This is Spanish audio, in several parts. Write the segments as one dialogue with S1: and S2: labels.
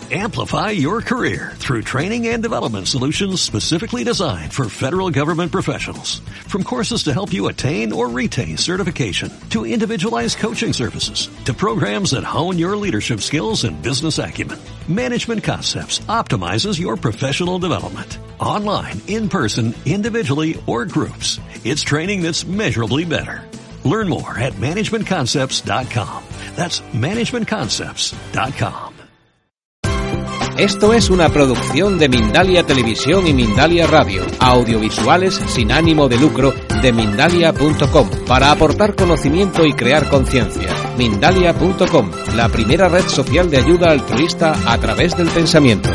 S1: Amplify your career through training and development solutions specifically designed for federal government professionals. From courses to help you attain or retain certification, to individualized coaching services, to programs that hone your leadership skills and business acumen, Management Concepts optimizes your professional development. Online, in person, individually, or groups, it's training that's measurably better. Learn more at managementconcepts.com. That's managementconcepts.com.
S2: Esto es una producción de Mindalia Televisión y Mindalia Radio, audiovisuales sin ánimo de lucro de Mindalia.com, para aportar conocimiento y crear conciencia. Mindalia.com, la primera red social de ayuda altruista a través del pensamiento.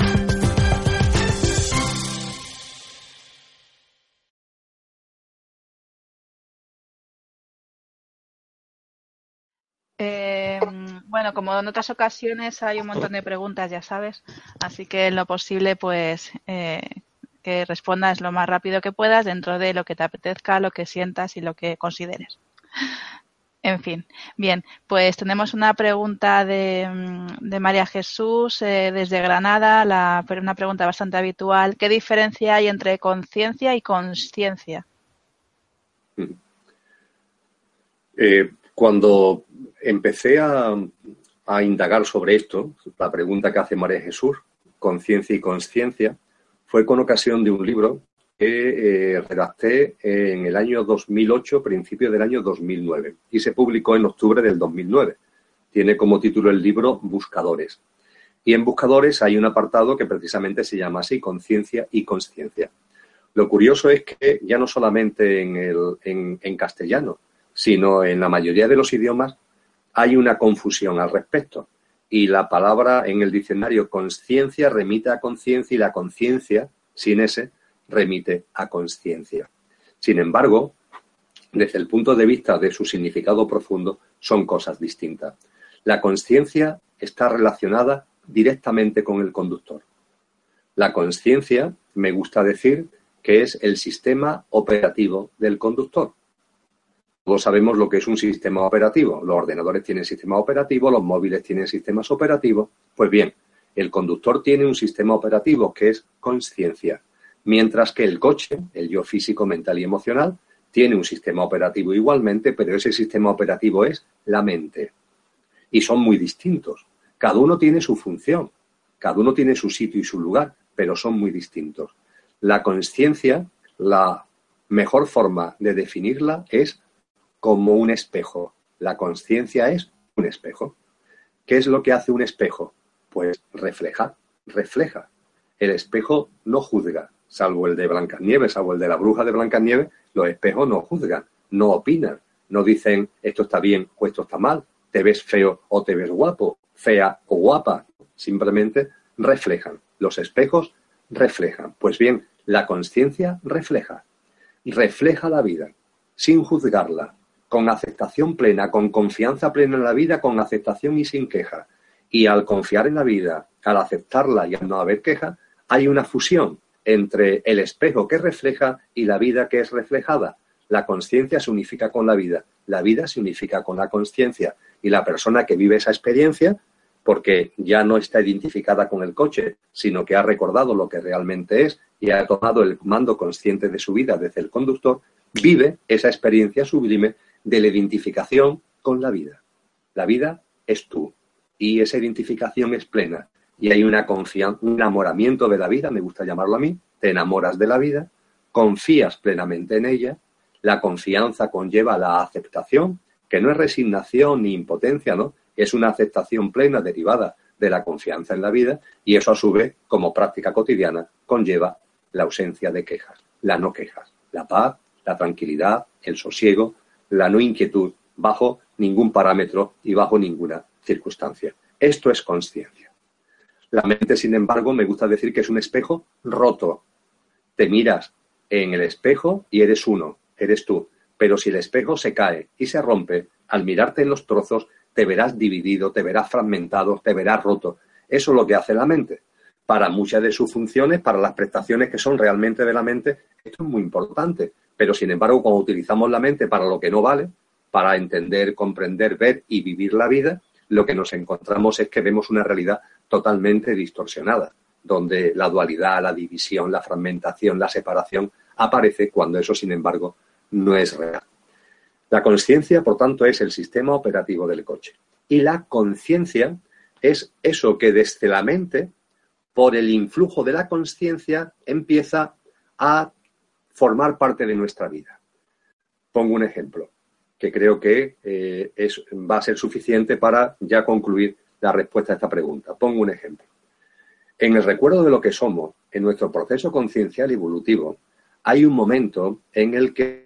S3: Bueno, como en otras ocasiones hay un montón de preguntas, ya sabes, así que en lo posible, pues, que respondas lo más rápido que puedas dentro de lo que te apetezca, lo que sientas y lo que consideres. En fin, bien, pues tenemos una pregunta de María Jesús desde Granada, una pregunta bastante habitual. ¿Qué diferencia hay entre conciencia y consciencia?
S4: Cuando empecé a indagar sobre esto, la pregunta que hace María Jesús, conciencia y consciencia, fue con ocasión de un libro que redacté en el año 2008, principio del año 2009, y se publicó en octubre del 2009. Tiene como título el libro Buscadores. Y en Buscadores hay un apartado que precisamente se llama así, conciencia y consciencia. Lo curioso es que ya no solamente en castellano, sino en la mayoría de los idiomas hay una confusión al respecto. Y la palabra en el diccionario consciencia remite a conciencia y la conciencia, sin ese, remite a consciencia. Sin embargo, desde el punto de vista de su significado profundo, son cosas distintas. La consciencia está relacionada directamente con el conductor. La consciencia, me gusta decir, que es el sistema operativo del conductor. Todos sabemos lo que es un sistema operativo. Los ordenadores tienen sistema operativo, los móviles tienen sistemas operativos. Pues bien, el conductor tiene un sistema operativo que es consciencia, mientras que el coche, el yo físico, mental y emocional, tiene un sistema operativo igualmente, pero ese sistema operativo es la mente. Y son muy distintos. Cada uno tiene su función, cada uno tiene su sitio y su lugar, pero son muy distintos. La consciencia, la mejor forma de definirla es como un espejo. La consciencia es un espejo. ¿Qué es lo que hace un espejo? Pues refleja. El espejo no juzga, salvo el de Blancanieves, salvo el de la bruja de Blancanieves, los espejos no juzgan, no opinan, no dicen esto está bien o esto está mal, te ves feo o te ves guapo, fea o guapa, simplemente reflejan. Los espejos reflejan. Pues bien, la consciencia refleja la vida, sin juzgarla, con aceptación plena, con confianza plena en la vida, con aceptación y sin queja. Y al confiar en la vida, al aceptarla y al no haber queja, hay una fusión entre el espejo que refleja y la vida que es reflejada. La consciencia se unifica con la vida se unifica con la consciencia. Y la persona que vive esa experiencia, porque ya no está identificada con el coche, sino que ha recordado lo que realmente es y ha tomado el mando consciente de su vida desde el conductor, vive esa experiencia sublime de la identificación con la vida. La vida es tú y esa identificación es plena y hay una confianza, un enamoramiento de la vida, me gusta llamarlo a mí, te enamoras de la vida, confías plenamente en ella, la confianza conlleva la aceptación, que no es resignación ni impotencia, ¿no? Es una aceptación plena derivada de la confianza en la vida y eso a su vez, como práctica cotidiana, conlleva la ausencia de quejas, la no quejas, la paz, la tranquilidad, el sosiego, la no inquietud bajo ningún parámetro y bajo ninguna circunstancia. Esto es consciencia. La mente, sin embargo, me gusta decir que es un espejo roto. Te miras en el espejo y eres uno, eres tú. Pero si el espejo se cae y se rompe, al mirarte en los trozos, te verás dividido, te verás fragmentado, te verás roto. Eso es lo que hace la mente. Para muchas de sus funciones, para las prestaciones que son realmente de la mente, esto es muy importante. Pero, sin embargo, cuando utilizamos la mente para lo que no vale, para entender, comprender, ver y vivir la vida, lo que nos encontramos es que vemos una realidad totalmente distorsionada, donde la dualidad, la división, la fragmentación, la separación aparece cuando eso, sin embargo, no es real. La consciencia, por tanto, es el sistema operativo del coche. Y la conciencia es eso que desde la mente, por el influjo de la consciencia, empieza a formar parte de nuestra vida. Pongo un ejemplo que creo que va a ser suficiente para ya concluir la respuesta a esta pregunta. Pongo un ejemplo. En el recuerdo de lo que somos, en nuestro proceso conciencial evolutivo, hay un momento en el que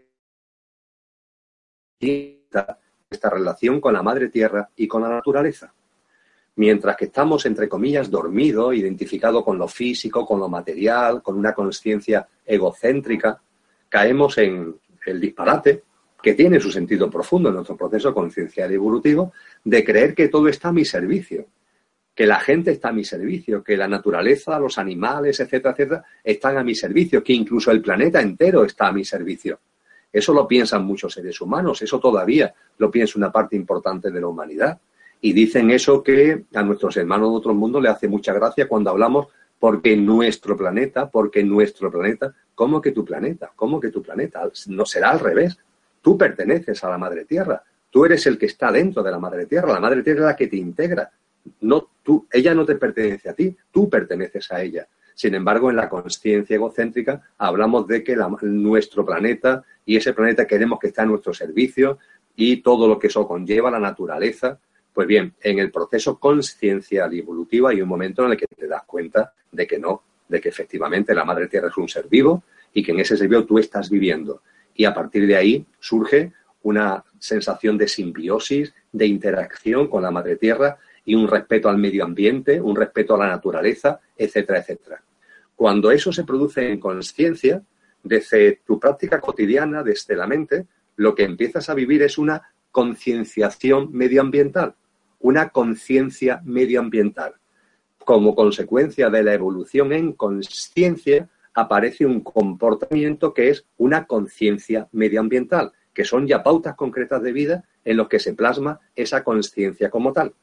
S4: esta relación con la Madre Tierra y con la naturaleza. Mientras que estamos, entre comillas, dormidos, identificados con lo físico, con lo material, con una conciencia egocéntrica, caemos en el disparate, que tiene su sentido profundo en nuestro proceso conciencial evolutivo, de creer que todo está a mi servicio, que la gente está a mi servicio, que la naturaleza, los animales, etcétera, etcétera, están a mi servicio, que incluso el planeta entero está a mi servicio. Eso lo piensan muchos seres humanos, eso todavía lo piensa una parte importante de la humanidad. Y dicen eso que a nuestros hermanos de otros mundos les hace mucha gracia cuando hablamos porque nuestro planeta, ¿cómo que tu planeta? ¿Cómo que tu planeta? No será al revés. Tú perteneces a la Madre Tierra, tú eres el que está dentro de la Madre Tierra, la Madre Tierra es la que te integra. No, ella no te pertenece a ti, tú perteneces a ella. Sin embargo, en la consciencia egocéntrica hablamos de que nuestro planeta y ese planeta queremos que esté a nuestro servicio y todo lo que eso conlleva, la naturaleza. Pues bien, en el proceso consciencial y evolutivo hay un momento en el que te das cuenta de que no, de que efectivamente la Madre Tierra es un ser vivo y que en ese ser vivo tú estás viviendo. Y a partir de ahí surge una sensación de simbiosis, de interacción con la Madre Tierra y un respeto al medio ambiente, un respeto a la naturaleza, etcétera, etcétera. Cuando eso se produce en consciencia, desde tu práctica cotidiana, desde la mente, lo que empiezas a vivir es una concienciación medioambiental, una conciencia medioambiental. Como consecuencia de la evolución en consciencia, aparece un comportamiento que es una conciencia medioambiental, que son ya pautas concretas de vida en los que se plasma esa conciencia como tal.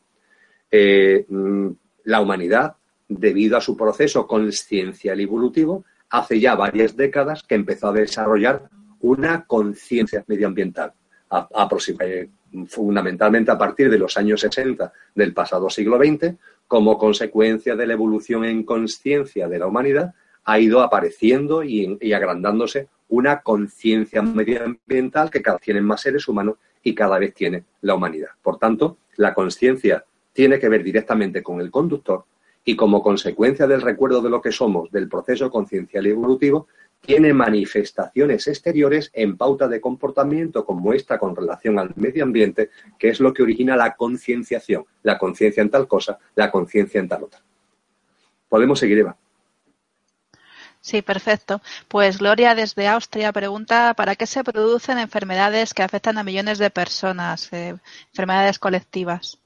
S4: La humanidad, debido a su proceso consciencial y evolutivo, hace ya varias décadas que empezó a desarrollar una conciencia medioambiental. Fundamentalmente a partir de los años 60 del pasado siglo XX, como consecuencia de la evolución en consciencia de la humanidad, ha ido apareciendo y agrandándose una conciencia medioambiental que cada vez tienen más seres humanos y cada vez tiene la humanidad. Por tanto, la conciencia tiene que ver directamente con el conductor y como consecuencia del recuerdo de lo que somos, del proceso conciencial y evolutivo, tiene manifestaciones exteriores en pauta de comportamiento como esta con relación al medio ambiente, que es lo que origina la concienciación, la conciencia en tal cosa, la conciencia en tal otra. ¿Podemos seguir, Eva?
S3: Sí, perfecto. Pues Gloria desde Austria pregunta ¿para qué se producen enfermedades que afectan a millones de personas, enfermedades colectivas?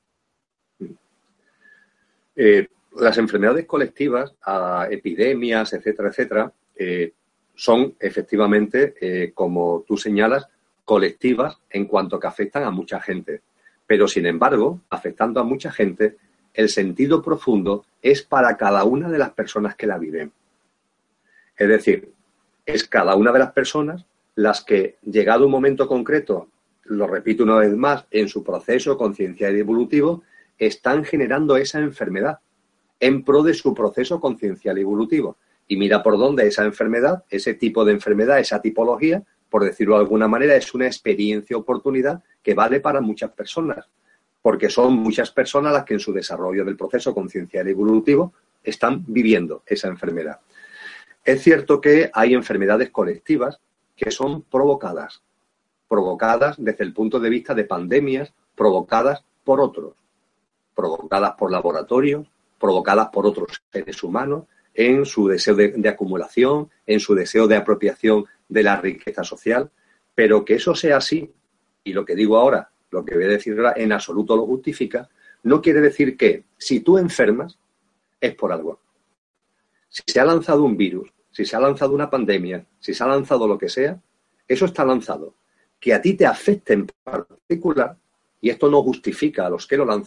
S4: Las enfermedades colectivas, epidemias, etcétera, etcétera, son efectivamente, como tú señalas, colectivas en cuanto que afectan a mucha gente. Pero, sin embargo, afectando a mucha gente, el sentido profundo es para cada una de las personas que la viven. Es decir, es cada una de las personas las que, llegado un momento concreto, lo repito una vez más, en su proceso conciencial y evolutivo, están generando esa enfermedad en pro de su proceso conciencial y evolutivo. Y mira por dónde esa enfermedad, ese tipo de enfermedad, esa tipología, por decirlo de alguna manera, es una experiencia, oportunidad que vale para muchas personas, porque son muchas personas las que en su desarrollo del proceso conciencial y evolutivo están viviendo esa enfermedad. Es cierto que hay enfermedades colectivas que son provocadas desde el punto de vista de pandemias, provocadas por otros, provocadas por laboratorios, provocadas por otros seres humanos, en su deseo de acumulación, en su deseo de apropiación de la riqueza social, pero que eso sea así, y lo que digo ahora, lo que voy a decir ahora, en absoluto lo justifica, no quiere decir que si tú enfermas, es por algo. Si se ha lanzado un virus, si se ha lanzado una pandemia, si se ha lanzado lo que sea, eso está lanzado. Que a ti te afecte en particular, y esto no justifica a los que lo lanzan,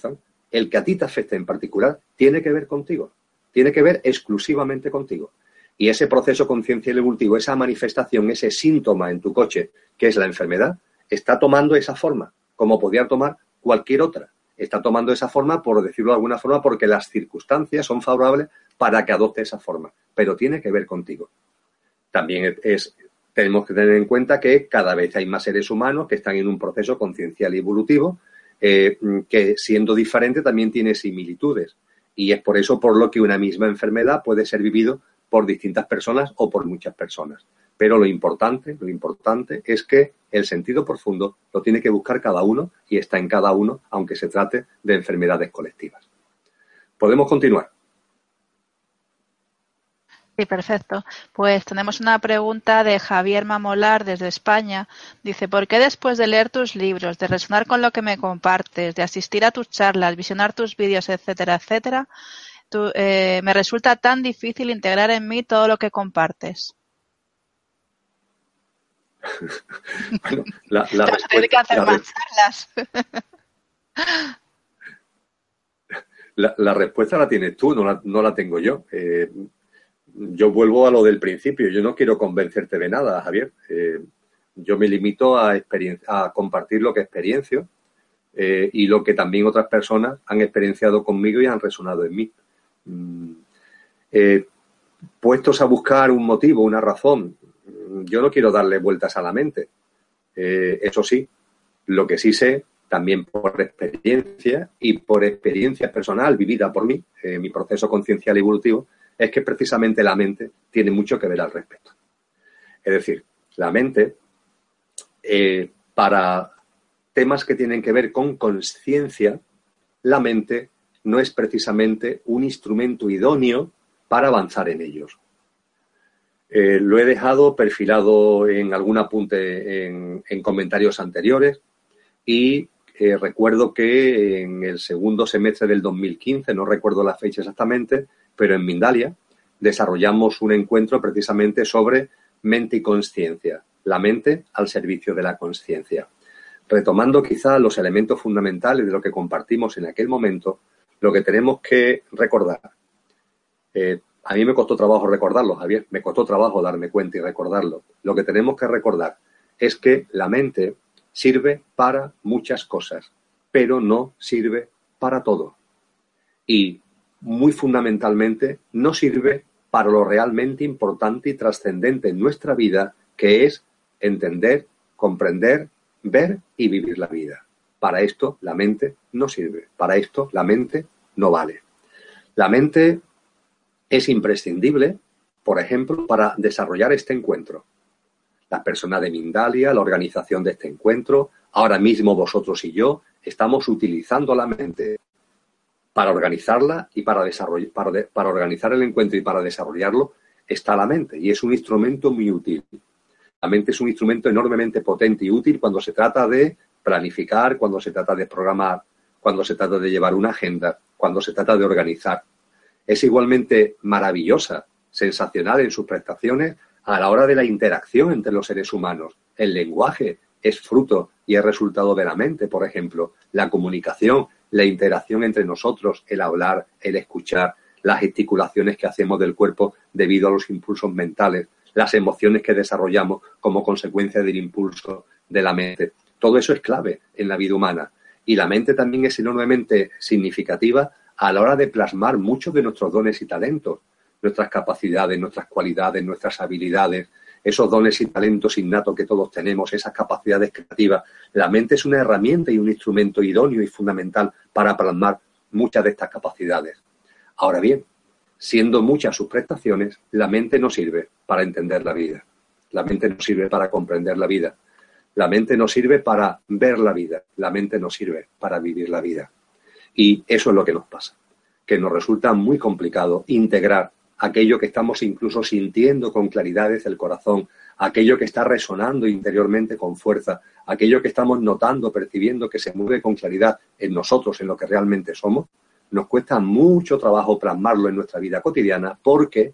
S4: el que a ti te afecte en particular, tiene que ver contigo. Tiene que ver exclusivamente contigo. Y ese proceso conciencial evolutivo, esa manifestación, ese síntoma en tu coche, que es la enfermedad, está tomando esa forma, como podría tomar cualquier otra. Está tomando esa forma, por decirlo de alguna forma, porque las circunstancias son favorables para que adopte esa forma. Pero tiene que ver contigo. También tenemos que tener en cuenta que cada vez hay más seres humanos que están en un proceso conciencial y evolutivo, que siendo diferente también tiene similitudes. Y es por eso por lo que una misma enfermedad puede ser vivido por distintas personas o por muchas personas. Pero lo importante es que el sentido profundo lo tiene que buscar cada uno y está en cada uno, aunque se trate de enfermedades colectivas. ¿Podemos continuar?
S3: Sí, perfecto. Pues tenemos una pregunta de Javier Mamolar desde España. Dice, ¿por qué después de leer tus libros, de resonar con lo que me compartes, de asistir a tus charlas, visionar tus vídeos, etcétera, etcétera, me resulta tan difícil integrar en mí todo lo que compartes?
S4: Bueno,
S3: que hacer más charlas.
S4: La respuesta la tienes tú, no la tengo yo. Yo vuelvo a lo del principio. Yo no quiero convencerte de nada, Javier. Yo me limito a compartir lo que experiencio y lo que también otras personas han experienciado conmigo y han resonado en mí. Puestos a buscar un motivo, una razón, yo no quiero darle vueltas a la mente. Eso sí, lo que sí sé, también por experiencia y por experiencia personal vivida por mí, mi proceso conciencial y evolutivo, es que precisamente la mente tiene mucho que ver al respecto. Es decir, la mente, para temas que tienen que ver con consciencia, la mente no es precisamente un instrumento idóneo para avanzar en ellos. Lo he dejado perfilado en algún apunte en comentarios anteriores y recuerdo que en el segundo semestre del 2015, no recuerdo la fecha exactamente, pero en Mindalia desarrollamos un encuentro precisamente sobre mente y consciencia, la mente al servicio de la consciencia. Retomando quizá los elementos fundamentales de lo que compartimos en aquel momento, lo que tenemos que recordar, a mí me costó trabajo recordarlo, Javier, me costó trabajo darme cuenta y recordarlo. Lo que tenemos que recordar es que la mente sirve para muchas cosas, pero no sirve para todo. Y muy fundamentalmente no sirve para lo realmente importante y trascendente en nuestra vida, que es entender, comprender, ver y vivir la vida. Para esto la mente no sirve, para esto la mente no vale. La mente es imprescindible, por ejemplo, para desarrollar este encuentro. Las personas de Mindalia, la organización de este encuentro, ahora mismo vosotros y yo, estamos utilizando la mente para organizarla y para organizar el encuentro y para desarrollarlo está la mente y es un instrumento muy útil. La mente es un instrumento enormemente potente y útil cuando se trata de planificar, cuando se trata de programar, cuando se trata de llevar una agenda, cuando se trata de organizar. Es igualmente maravillosa, sensacional en sus prestaciones a la hora de la interacción entre los seres humanos. El lenguaje es fruto y es resultado de la mente, por ejemplo. La comunicación, la interacción entre nosotros, el hablar, el escuchar, las gesticulaciones que hacemos del cuerpo debido a los impulsos mentales, las emociones que desarrollamos como consecuencia del impulso de la mente. Todo eso es clave en la vida humana. Y la mente también es enormemente significativa a la hora de plasmar muchos de nuestros dones y talentos, nuestras capacidades, nuestras cualidades, nuestras habilidades, esos dones y talentos innatos que todos tenemos, esas capacidades creativas. La mente es una herramienta y un instrumento idóneo y fundamental para plasmar muchas de estas capacidades. Ahora bien, siendo muchas sus prestaciones, la mente no sirve para entender la vida. La mente no sirve para comprender la vida. La mente no sirve para ver la vida. La mente no sirve para vivir la vida. Y eso es lo que nos pasa, que nos resulta muy complicado integrar aquello que estamos incluso sintiendo con claridad desde el corazón, aquello que está resonando interiormente con fuerza, aquello que estamos notando, percibiendo que se mueve con claridad en nosotros, en lo que realmente somos. Nos cuesta mucho trabajo plasmarlo en nuestra vida cotidiana porque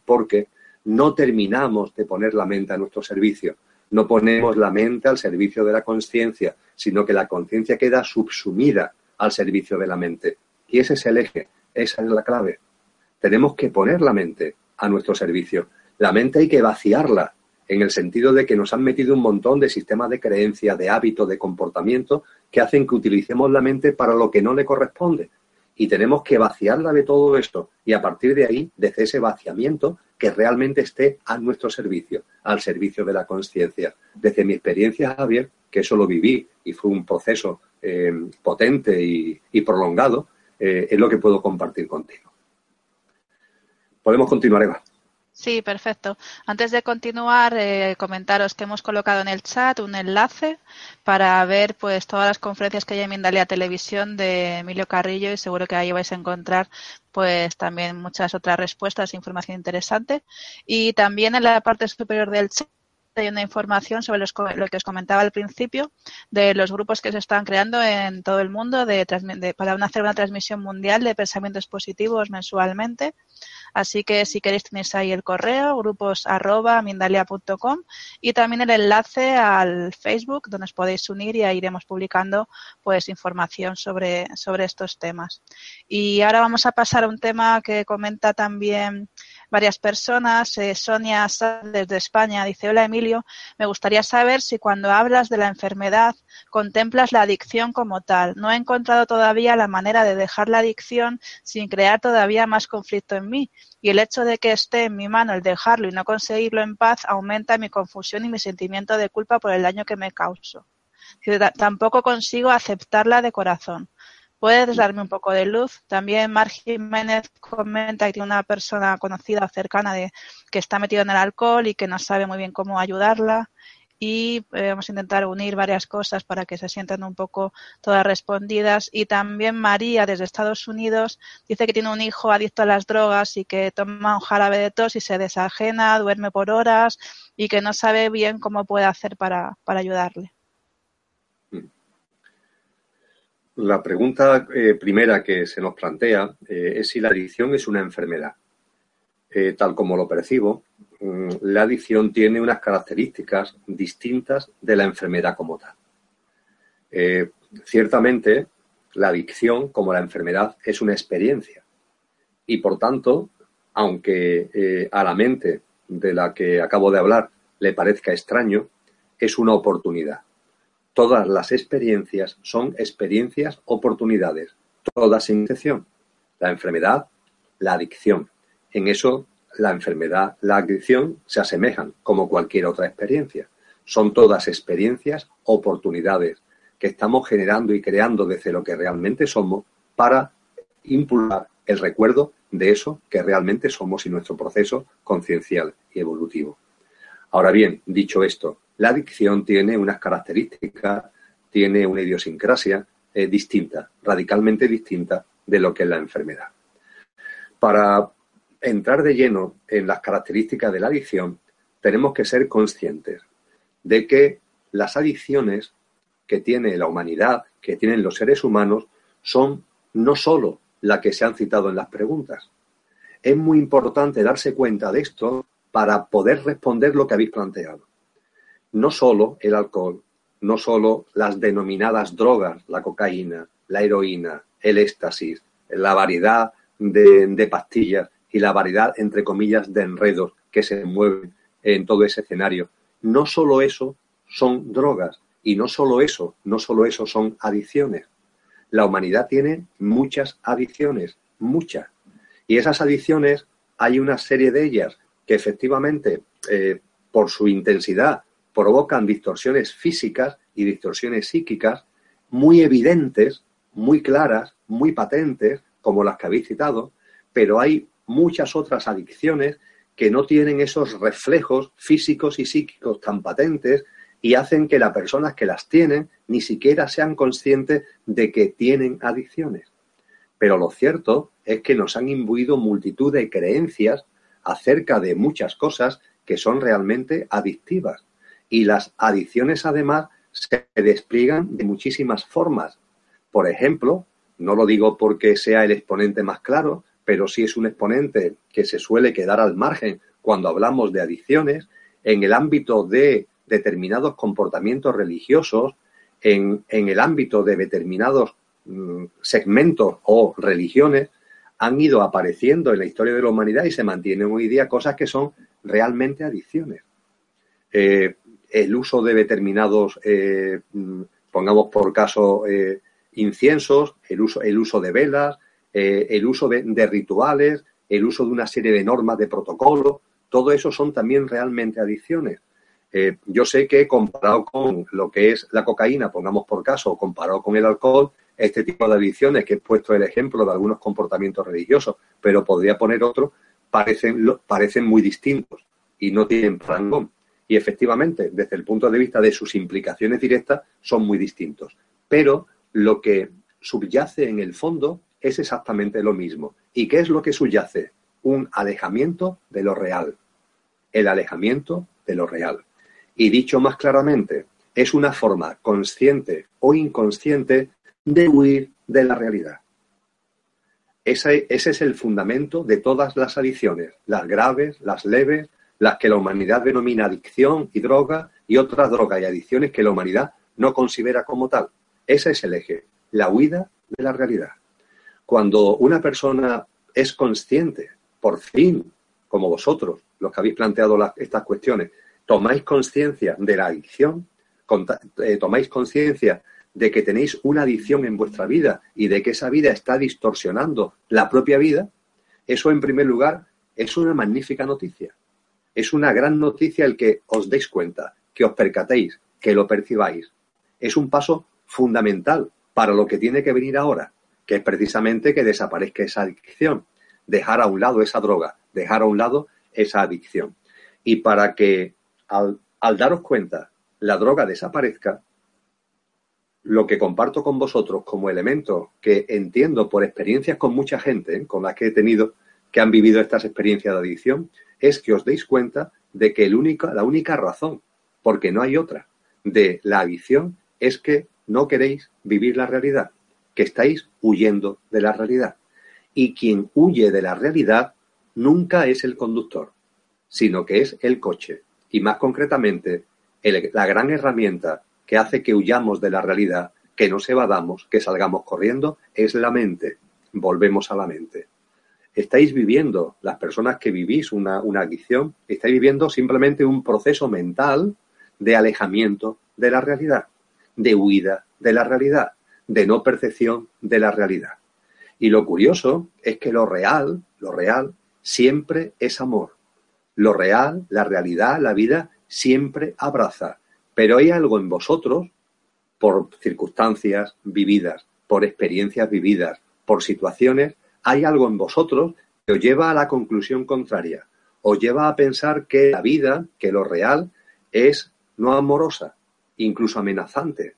S4: no terminamos de poner la mente a nuestro servicio. No ponemos la mente al servicio de la consciencia, sino que la consciencia queda subsumida al servicio de la mente. Y ese es el eje, esa es la clave. Tenemos que poner la mente a nuestro servicio. La mente hay que vaciarla, en el sentido de que nos han metido un montón de sistemas de creencias, de hábitos, de comportamiento, que hacen que utilicemos la mente para lo que no le corresponde. Y tenemos que vaciarla de todo esto y a partir de ahí, desde ese vaciamiento, que realmente esté a nuestro servicio, al servicio de la conciencia. Desde mi experiencia, Javier, que eso lo viví y fue un proceso potente y prolongado, es lo que puedo compartir contigo. Podemos continuar, Eva.
S3: Sí, perfecto. Antes de continuar, comentaros que hemos colocado en el chat un enlace para ver pues todas las conferencias que hay en Mindalia Televisión de Emilio Carrillo y seguro que ahí vais a encontrar pues también muchas otras respuestas e información interesante. Y también en la parte superior del chat hay una información sobre lo que os comentaba al principio de los grupos que se están creando en todo el mundo para hacer una transmisión mundial de pensamientos positivos mensualmente. Así que si queréis tenéis ahí el correo, grupos@mindalia.com y también el enlace al Facebook donde os podéis unir y ahí iremos publicando pues información sobre estos temas. Y ahora vamos a pasar a un tema que comenta también varias personas. Sonia desde España dice: hola Emilio, me gustaría saber si cuando hablas de la enfermedad contemplas la adicción como tal. No he encontrado todavía la manera de dejar la adicción sin crear todavía más conflicto en mí. Y el hecho de que esté en mi mano el dejarlo y no conseguirlo en paz aumenta mi confusión y mi sentimiento de culpa por el daño que me causo. Tampoco consigo aceptarla de corazón. ¿Puedes darme un poco de luz? También Mar Jiménez comenta que tiene una persona conocida o cercana que está metida en el alcohol y que no sabe muy bien cómo ayudarla. Y vamos a intentar unir varias cosas para que se sientan un poco todas respondidas. Y también María, desde Estados Unidos, dice que tiene un hijo adicto a las drogas y que toma un jarabe de tos y se desajena, duerme por horas y que no sabe bien cómo puede hacer para ayudarle.
S4: La pregunta primera que se nos plantea es si la adicción es una enfermedad. Tal como lo percibo, la adicción tiene unas características distintas de la enfermedad como tal. Ciertamente, la adicción, como la enfermedad, es una experiencia. Y, por tanto, aunque a la mente de la que acabo de hablar le parezca extraño, es una oportunidad. Todas las experiencias son experiencias oportunidades, todas sin excepción. La enfermedad, la adicción. En eso, la enfermedad, la adicción se asemejan como cualquier otra experiencia. Son todas experiencias, oportunidades que estamos generando y creando desde lo que realmente somos para impulsar el recuerdo de eso que realmente somos y nuestro proceso conciencial y evolutivo. Ahora bien, dicho esto, la adicción tiene unas características, tiene una idiosincrasia distinta, radicalmente distinta de lo que es la enfermedad. Para entrar de lleno en las características de la adicción, tenemos que ser conscientes de que las adicciones que tiene la humanidad, que tienen los seres humanos, son no solo las que se han citado en las preguntas. Es muy importante darse cuenta de esto para poder responder lo que habéis planteado. No solo el alcohol, no solo las denominadas drogas, la cocaína, la heroína, el éxtasis, la variedad de pastillas y la variedad, entre comillas, de enredos que se mueven en todo ese escenario. No solo eso son drogas y no solo eso son adicciones. La humanidad tiene muchas adicciones, muchas. Y esas adicciones, hay una serie de ellas que efectivamente, por su intensidad, provocan distorsiones físicas y distorsiones psíquicas muy evidentes, muy claras, muy patentes, como las que habéis citado, pero hay muchas otras adicciones que no tienen esos reflejos físicos y psíquicos tan patentes y hacen que las personas que las tienen ni siquiera sean conscientes de que tienen adicciones. Pero lo cierto es que nos han imbuido multitud de creencias acerca de muchas cosas que son realmente adictivas. Y las adicciones, además, se despliegan de muchísimas formas. Por ejemplo, no lo digo porque sea el exponente más claro, pero sí es un exponente que se suele quedar al margen cuando hablamos de adicciones, en el ámbito de determinados comportamientos religiosos, en el ámbito de determinados segmentos o religiones han ido apareciendo en la historia de la humanidad y se mantienen hoy día cosas que son realmente adicciones. El uso de determinados, pongamos por caso, inciensos, el uso de velas, el uso de rituales, el uso de una serie de normas, de protocolos, todo eso son también realmente adicciones. Yo sé que comparado con lo que es la cocaína, pongamos por caso, o comparado con el alcohol, este tipo de adicciones, que he puesto el ejemplo de algunos comportamientos religiosos, pero podría poner otros, parecen muy distintos y no tienen parangón. Y efectivamente, desde el punto de vista de sus implicaciones directas, son muy distintos. Pero lo que subyace en el fondo es exactamente lo mismo. ¿Y qué es lo que subyace? Un alejamiento de lo real. El alejamiento de lo real. Y dicho más claramente, es una forma consciente o inconsciente de huir de la realidad. Ese es el fundamento de todas las adicciones, las graves, las leves, las que la humanidad denomina adicción y droga, y otras drogas y adicciones que la humanidad no considera como tal. Ese es el eje, la huida de la realidad. Cuando una persona es consciente, por fin, como vosotros, los que habéis planteado estas cuestiones, tomáis conciencia de la adicción, tomáis conciencia de que tenéis una adicción en vuestra vida y de que esa vida está distorsionando la propia vida, eso en primer lugar es una magnífica noticia. Es una gran noticia el que os deis cuenta, que os percatéis, que lo percibáis. Es un paso fundamental para lo que tiene que venir ahora, que es precisamente que desaparezca esa adicción, dejar a un lado esa droga, dejar a un lado esa adicción. Y para que al daros cuenta la droga desaparezca, lo que comparto con vosotros como elemento que entiendo por experiencias con mucha gente, con las que he tenido, que han vivido estas experiencias de adicción, es que os deis cuenta de que la única razón, porque no hay otra, de la adicción es que no queréis vivir la realidad, que estáis huyendo de la realidad. Y quien huye de la realidad nunca es el conductor, sino que es el coche. Y más concretamente, la gran herramienta que hace que huyamos de la realidad, que nos evadamos, que salgamos corriendo, es la mente. Volvemos a la mente. Estáis viviendo, las personas que vivís una adicción, estáis viviendo simplemente un proceso mental de alejamiento de la realidad, de huida de la realidad, de no percepción de la realidad. Y lo curioso es que lo real siempre es amor. Lo real, la realidad, la vida, siempre abraza. Pero hay algo en vosotros, por circunstancias vividas, por experiencias vividas, por situaciones, hay algo en vosotros que os lleva a la conclusión contraria. Os lleva a pensar que la vida, que lo real, es no amorosa, incluso amenazante.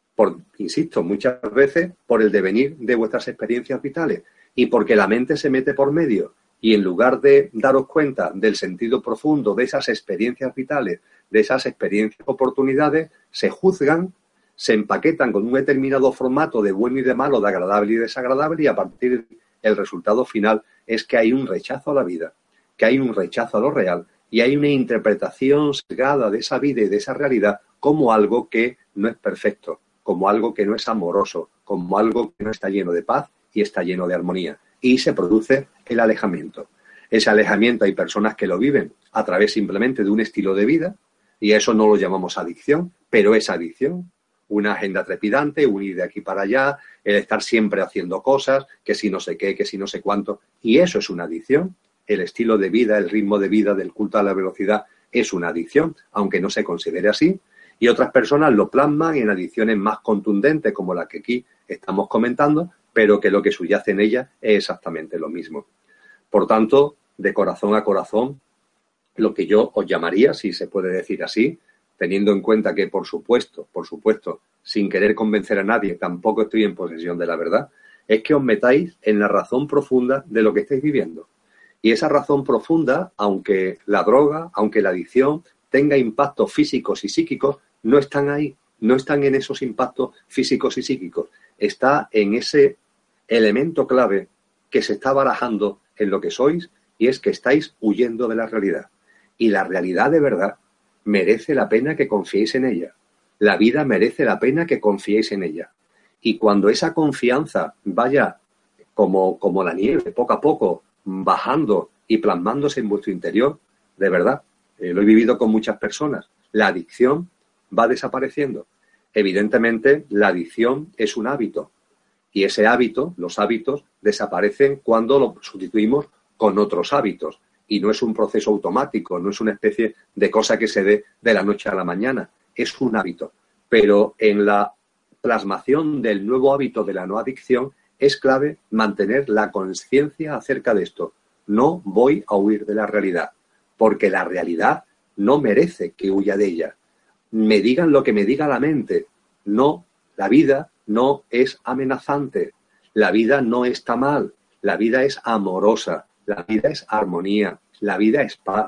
S4: Insisto, muchas veces por el devenir de vuestras experiencias vitales y porque la mente se mete por medio y en lugar de daros cuenta del sentido profundo de esas experiencias vitales, de esas experiencias oportunidades, se juzgan, se empaquetan con un determinado formato de bueno y de malo, de agradable y desagradable, y a partir del resultado final es que hay un rechazo a la vida, que hay un rechazo a lo real y hay una interpretación sesgada de esa vida y de esa realidad como algo que no es perfecto, como algo que no es amoroso, como algo que no está lleno de paz y está lleno de armonía. Y se produce el alejamiento. Ese alejamiento hay personas que lo viven a través simplemente de un estilo de vida, y eso no lo llamamos adicción, pero es adicción. Una agenda trepidante, un ir de aquí para allá, el estar siempre haciendo cosas, que si no sé qué, que si no sé cuánto, y eso es una adicción. El estilo de vida, el ritmo de vida del culto a la velocidad es una adicción, aunque no se considere así. Y otras personas lo plasman en adicciones más contundentes, como la que aquí estamos comentando, pero que lo que subyace en ella es exactamente lo mismo. Por tanto, de corazón a corazón, lo que yo os llamaría, si se puede decir así, teniendo en cuenta que, por supuesto, sin querer convencer a nadie, tampoco estoy en posesión de la verdad, es que os metáis en la razón profunda de lo que estáis viviendo. Y esa razón profunda, aunque la droga, aunque la adicción tenga impactos físicos y psíquicos, no están ahí, no están en esos impactos físicos y psíquicos. Está en ese elemento clave que se está barajando en lo que sois, y es que estáis huyendo de la realidad. Y la realidad de verdad merece la pena que confiéis en ella. La vida merece la pena que confiéis en ella. Y cuando esa confianza vaya como la nieve, poco a poco, bajando y plasmándose en vuestro interior, de verdad, lo he vivido con muchas personas, la adicción va desapareciendo. Evidentemente, la adicción es un hábito y ese hábito, los hábitos, desaparecen cuando lo sustituimos con otros hábitos y no es un proceso automático, no es una especie de cosa que se dé de la noche a la mañana, es un hábito. Pero en la plasmación del nuevo hábito de la no adicción es clave mantener la conciencia acerca de esto. No voy a huir de la realidad, porque la realidad no merece que huya de ella. Me digan lo que me diga la mente. No, la vida no es amenazante. La vida no está mal. La vida es amorosa. La vida es armonía. La vida es paz.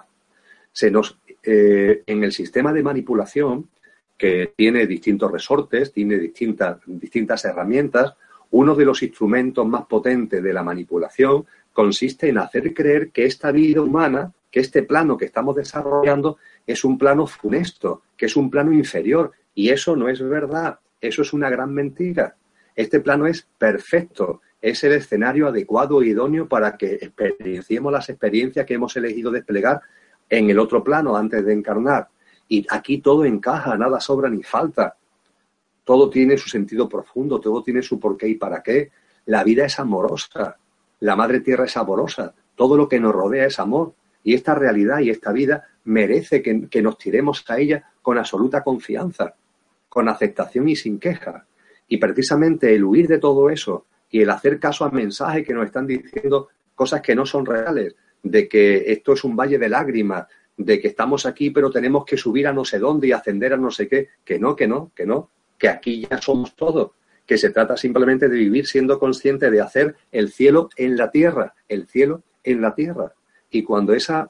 S4: En el sistema de manipulación, que tiene distintos resortes, tiene distintas herramientas, uno de los instrumentos más potentes de la manipulación consiste en hacer creer que esta vida humana, que este plano que estamos desarrollando es un plano funesto, que es un plano inferior. Y eso no es verdad. Eso es una gran mentira. Este plano es perfecto. Es el escenario adecuado e idóneo para que experienciemos las experiencias que hemos elegido desplegar en el otro plano antes de encarnar. Y aquí todo encaja, nada sobra ni falta. Todo tiene su sentido profundo, todo tiene su porqué y para qué. La vida es amorosa, la Madre Tierra es amorosa, todo lo que nos rodea es amor. Y esta realidad y esta vida merece que nos tiremos a ella con absoluta confianza, con aceptación y sin queja. Y precisamente el huir de todo eso y el hacer caso a mensajes que nos están diciendo cosas que no son reales, de que esto es un valle de lágrimas, de que estamos aquí pero tenemos que subir a no sé dónde y ascender a no sé qué, que no, que aquí ya somos todos, que se trata simplemente de vivir siendo consciente de hacer el cielo en la tierra, el cielo en la tierra. Y cuando esa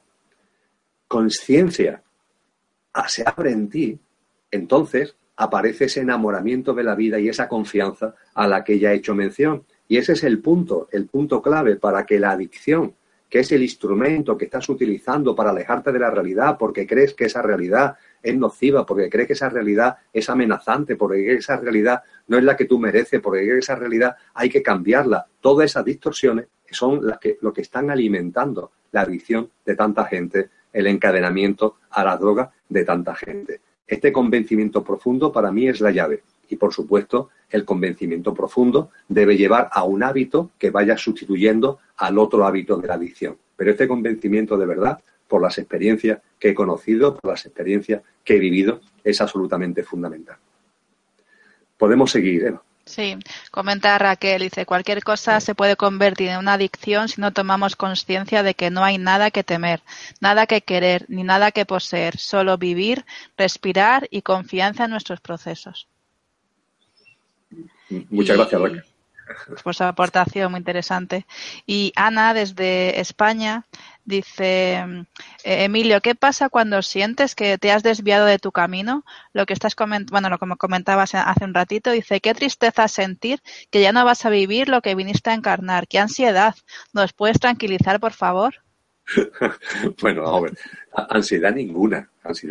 S4: conciencia se abre en ti, entonces aparece ese enamoramiento de la vida y esa confianza a la que ya he hecho mención. Y ese es el punto clave para que la adicción, que es el instrumento que estás utilizando para alejarte de la realidad porque crees que esa realidad es nociva, porque crees que esa realidad es amenazante, porque crees que esa realidad no es la que tú mereces, porque crees que esa realidad hay que cambiarla. Todas esas distorsiones son lo que están alimentando la adicción de tanta gente, el encadenamiento a la droga de tanta gente. Este convencimiento profundo para mí es la llave. Y, por supuesto, el convencimiento profundo debe llevar a un hábito que vaya sustituyendo al otro hábito de la adicción. Pero este convencimiento de verdad, por las experiencias que he conocido, por las experiencias que he vivido, es absolutamente fundamental. Podemos seguir, Eva.
S3: Sí, comenta Raquel, dice, cualquier cosa se puede convertir en una adicción si no tomamos conciencia de que no hay nada que temer, nada que querer, ni nada que poseer, solo vivir, respirar y confianza en nuestros procesos.
S4: Muchas gracias, Raquel.
S3: Por su aportación, muy interesante. Y Ana, desde España, dice, Emilio, ¿qué pasa cuando sientes que te has desviado de tu camino? Lo que estás lo como comentabas hace un ratito, dice, qué tristeza sentir que ya no vas a vivir lo que viniste a encarnar. Qué ansiedad. ¿Nos puedes tranquilizar, por favor?
S4: Bueno, a ver, ansiedad ninguna.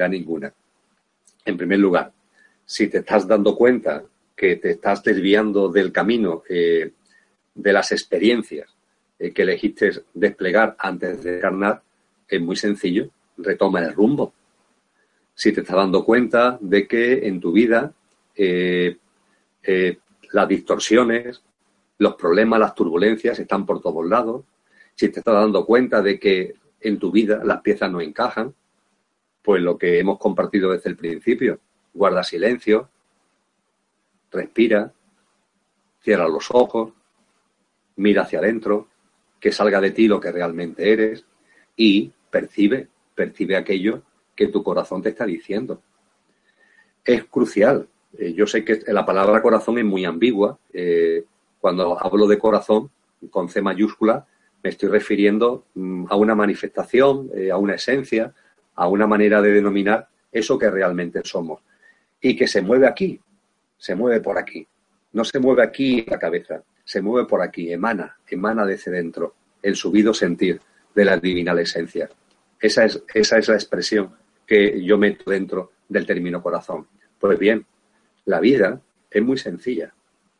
S4: En primer lugar, si te estás dando cuenta que te estás desviando del camino de las experiencias que elegiste desplegar antes de encarnar, es muy sencillo, retoma el rumbo. Si te estás dando cuenta de que en tu vida las distorsiones, los problemas, las turbulencias están por todos lados, si te estás dando cuenta de que en tu vida las piezas no encajan, pues lo que hemos compartido desde el principio, guarda silencio, respira, cierra los ojos, mira hacia adentro, que salga de ti lo que realmente eres y percibe aquello que tu corazón te está diciendo. Es crucial. Yo sé que la palabra corazón es muy ambigua. Cuando hablo de corazón, con C mayúscula, me estoy refiriendo a una manifestación, a una esencia, a una manera de denominar eso que realmente somos. Y que se mueve aquí. Se mueve por aquí. No se mueve aquí en la cabeza, se mueve por aquí, emana desde dentro, el subido sentir de la divina esencia. Esa es la expresión que yo meto dentro del término corazón. Pues bien, la vida es muy sencilla.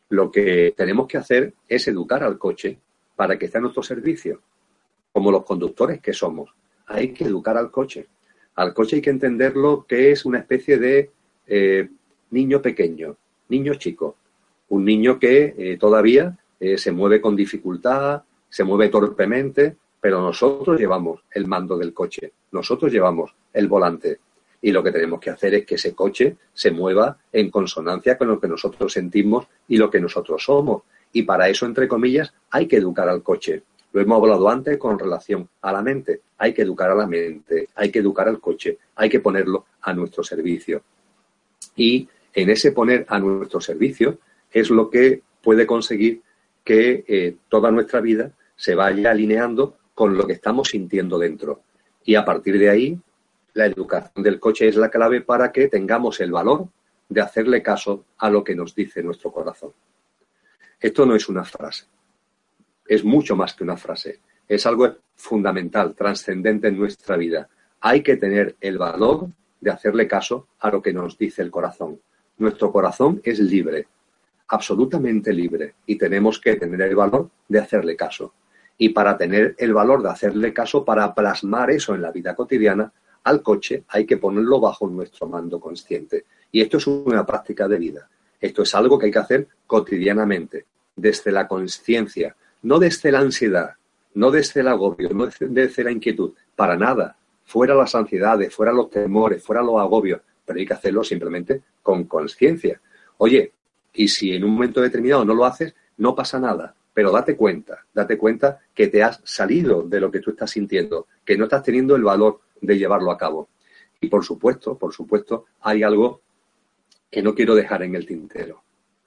S4: Lo que tenemos que hacer es educar al coche para que esté a nuestro servicio, como los conductores que somos. Hay que educar al coche. Al coche hay que entenderlo que es una especie de niño pequeño, niño chico. Un niño que todavía se mueve con dificultad, se mueve torpemente, pero nosotros llevamos el mando del coche, nosotros llevamos el volante. Y lo que tenemos que hacer es que ese coche se mueva en consonancia con lo que nosotros sentimos y lo que nosotros somos. Y para eso, entre comillas, hay que educar al coche. Lo hemos hablado antes con relación a la mente. Hay que educar a la mente, hay que educar al coche, hay que ponerlo a nuestro servicio. Y en ese poner a nuestro servicio es lo que puede conseguir que toda nuestra vida se vaya alineando con lo que estamos sintiendo dentro. Y a partir de ahí, la educación del coche es la clave para que tengamos el valor de hacerle caso a lo que nos dice nuestro corazón. Esto no es una frase, es mucho más que una frase. Es algo fundamental, trascendente en nuestra vida. Hay que tener el valor de hacerle caso a lo que nos dice el corazón. Nuestro corazón es libre, absolutamente libre, y tenemos que tener el valor de hacerle caso. Y para tener el valor de hacerle caso, para plasmar eso en la vida cotidiana, al coche hay que ponerlo bajo nuestro mando consciente. Y esto es una práctica de vida. Esto es algo que hay que hacer cotidianamente, desde la consciencia, no desde la ansiedad, no desde el agobio, no desde la inquietud, para nada. Fuera las ansiedades, fuera los temores, fuera los agobios, pero hay que hacerlo simplemente con consciencia. Oye, y si en un momento determinado no lo haces, no pasa nada, pero date cuenta que te has salido de lo que tú estás sintiendo, que no estás teniendo el valor de llevarlo a cabo. Y por supuesto, hay algo que no quiero dejar en el tintero.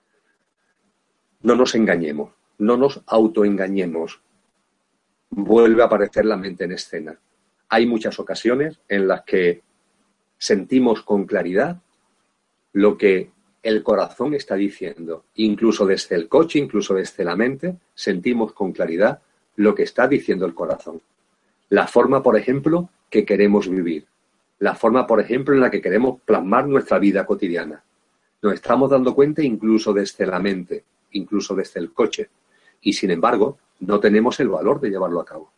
S4: No nos engañemos, no nos autoengañemos. Vuelve a aparecer la mente en escena. Hay muchas ocasiones en las que sentimos con claridad lo que el corazón está diciendo. Incluso desde el coche, incluso desde la mente, sentimos con claridad lo que está diciendo el corazón. La forma, por ejemplo, que queremos vivir. La forma, por ejemplo, en la que queremos plasmar nuestra vida cotidiana. Nos estamos dando cuenta incluso desde la mente, incluso desde el coche. Y, sin embargo, no tenemos el valor de llevarlo a cabo.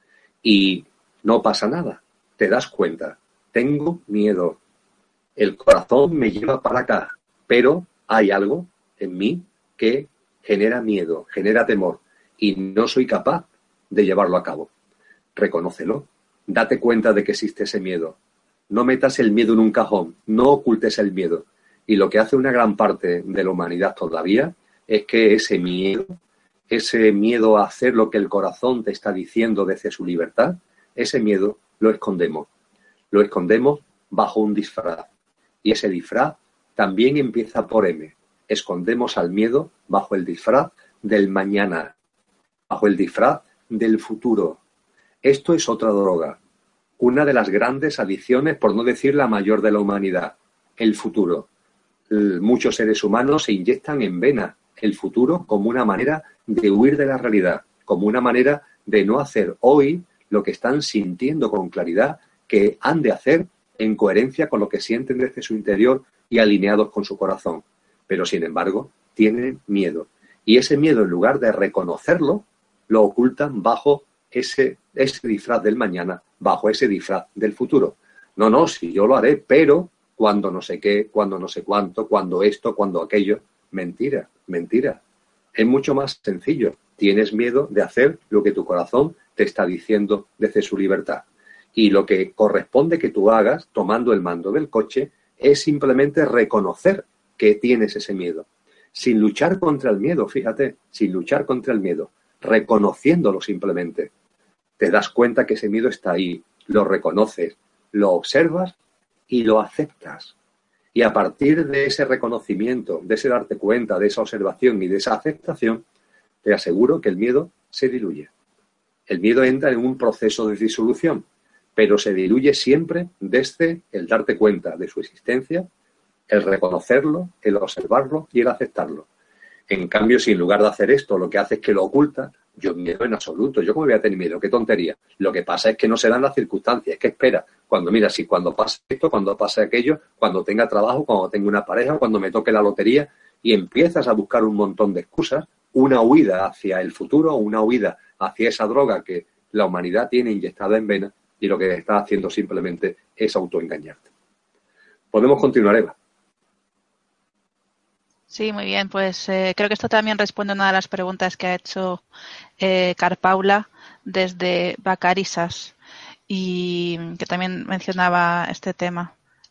S4: Y no pasa nada. Te das cuenta. Tengo miedo. El corazón me lleva para acá. Pero hay algo en mí que genera miedo, genera temor. Y no soy capaz de llevarlo a cabo. Reconócelo. Date cuenta de que existe ese miedo. No metas el miedo en un cajón. No ocultes el miedo. Y lo que hace una gran parte de la humanidad todavía es que ese miedo a hacer lo que el corazón te está diciendo desde su libertad, ese miedo lo escondemos. Lo escondemos bajo un disfraz. Y ese disfraz también empieza por M. Escondemos al miedo bajo el disfraz del mañana, bajo el disfraz del futuro. Esto es otra droga. Una de las grandes adicciones, por no decir la mayor de la humanidad, el futuro. Muchos seres humanos se inyectan en vena el futuro como una manera de huir de la realidad, como una manera de no hacer hoy lo que están sintiendo con claridad que han de hacer en coherencia con lo que sienten desde su interior y alineados con su corazón. Pero, sin embargo, tienen miedo. Y ese miedo, en lugar de reconocerlo, lo ocultan bajo ese disfraz del mañana, bajo ese disfraz del futuro. No, si yo lo haré, pero cuando no sé qué, cuando no sé cuánto, cuando esto, cuando aquello. Mentira. Es mucho más sencillo. Tienes miedo de hacer lo que tu corazón te está diciendo desde su libertad. Y lo que corresponde que tú hagas, tomando el mando del coche, es simplemente reconocer que tienes ese miedo. Sin luchar contra el miedo, fíjate, sin luchar contra el miedo, reconociéndolo simplemente. Te das cuenta que ese miedo está ahí, lo reconoces, lo observas y lo aceptas. Y a partir de ese reconocimiento, de ese darte cuenta, de esa observación y de esa aceptación, te aseguro que el miedo se diluye. El miedo entra en un proceso de disolución, pero se diluye siempre desde el darte cuenta de su existencia, el reconocerlo, el observarlo y el aceptarlo. En cambio, si en lugar de hacer esto, lo que hace es que lo oculta, yo miedo en absoluto. ¿Yo cómo voy a tener miedo? ¡Qué tontería! Lo que pasa es que no se dan las circunstancias. Es que espera. Cuando pase esto, cuando pase aquello, cuando tenga trabajo, cuando tenga una pareja, cuando me toque la lotería, y empiezas a buscar un montón de excusas, una huida hacia el futuro, una huida hacia esa droga que la humanidad tiene inyectada en vena, y lo que estás haciendo simplemente es autoengañarte. Podemos continuar, Eva.
S3: Sí, muy bien. Pues creo que esto también responde a una de las preguntas que ha hecho Carpaula desde Vacarisas y que también mencionaba este tema.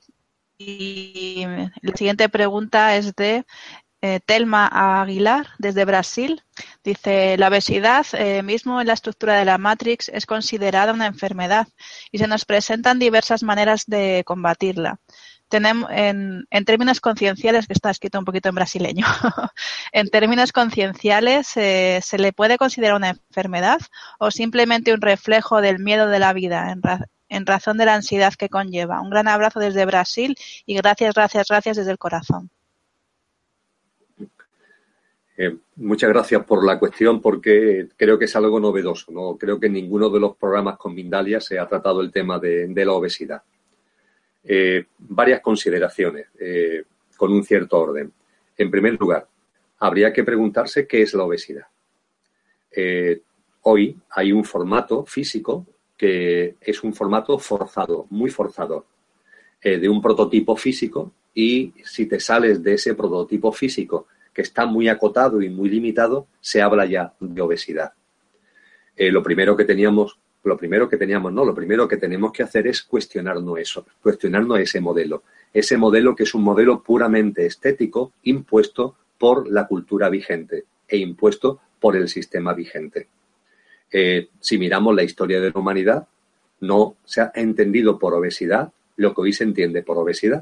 S3: Y la siguiente pregunta es de Telma Aguilar, desde Brasil. Dice, la obesidad, mismo en la estructura de la Matrix, es considerada una enfermedad y se nos presentan diversas maneras de combatirla. Tenemos, en términos concienciales, que está escrito un poquito en brasileño, en términos concienciales, ¿se le puede considerar una enfermedad o simplemente un reflejo del miedo de la vida en razón de la ansiedad que conlleva? Un gran abrazo desde Brasil y gracias desde el corazón.
S4: Muchas gracias por la cuestión, porque creo que es algo novedoso. No creo que en ninguno de los programas con Mindalia se ha tratado el tema de la obesidad. Varias consideraciones con un cierto orden. En primer lugar, habría que preguntarse qué es la obesidad. Hoy hay un formato físico que es un formato forzado, muy forzado, de un prototipo físico, y si te sales de ese prototipo físico que está muy acotado y muy limitado, se habla ya de obesidad. Lo primero que tenemos que hacer es cuestionarnos eso, cuestionarnos ese modelo que es un modelo puramente estético, impuesto por la cultura vigente e impuesto por el sistema vigente. Si miramos la historia de la humanidad, no se ha entendido por obesidad lo que hoy se entiende por obesidad.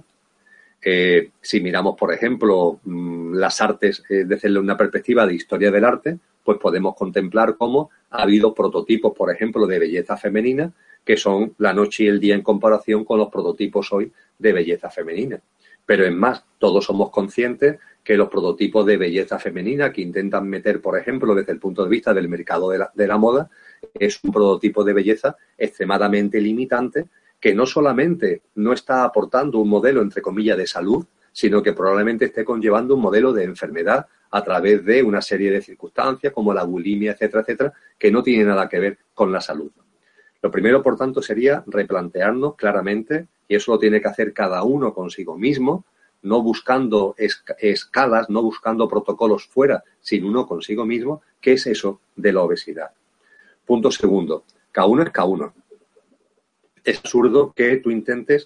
S4: Si miramos, por ejemplo, las artes desde una perspectiva de historia del arte, pues podemos contemplar cómo ha habido prototipos, por ejemplo, de belleza femenina, que son la noche y el día en comparación con los prototipos hoy de belleza femenina. Pero es más, todos somos conscientes que los prototipos de belleza femenina que intentan meter, por ejemplo, desde el punto de vista del mercado de la moda, es un prototipo de belleza extremadamente limitante, que no solamente no está aportando un modelo, entre comillas, de salud, sino que probablemente esté conllevando un modelo de enfermedad a través de una serie de circunstancias como la bulimia, etcétera, etcétera, que no tiene nada que ver con la salud. Lo primero, por tanto, sería replantearnos claramente, y eso lo tiene que hacer cada uno consigo mismo, no buscando escalas, no buscando protocolos fuera, sino uno consigo mismo, qué es eso de la obesidad. Punto segundo, cada uno es cada uno. Es absurdo que tú intentes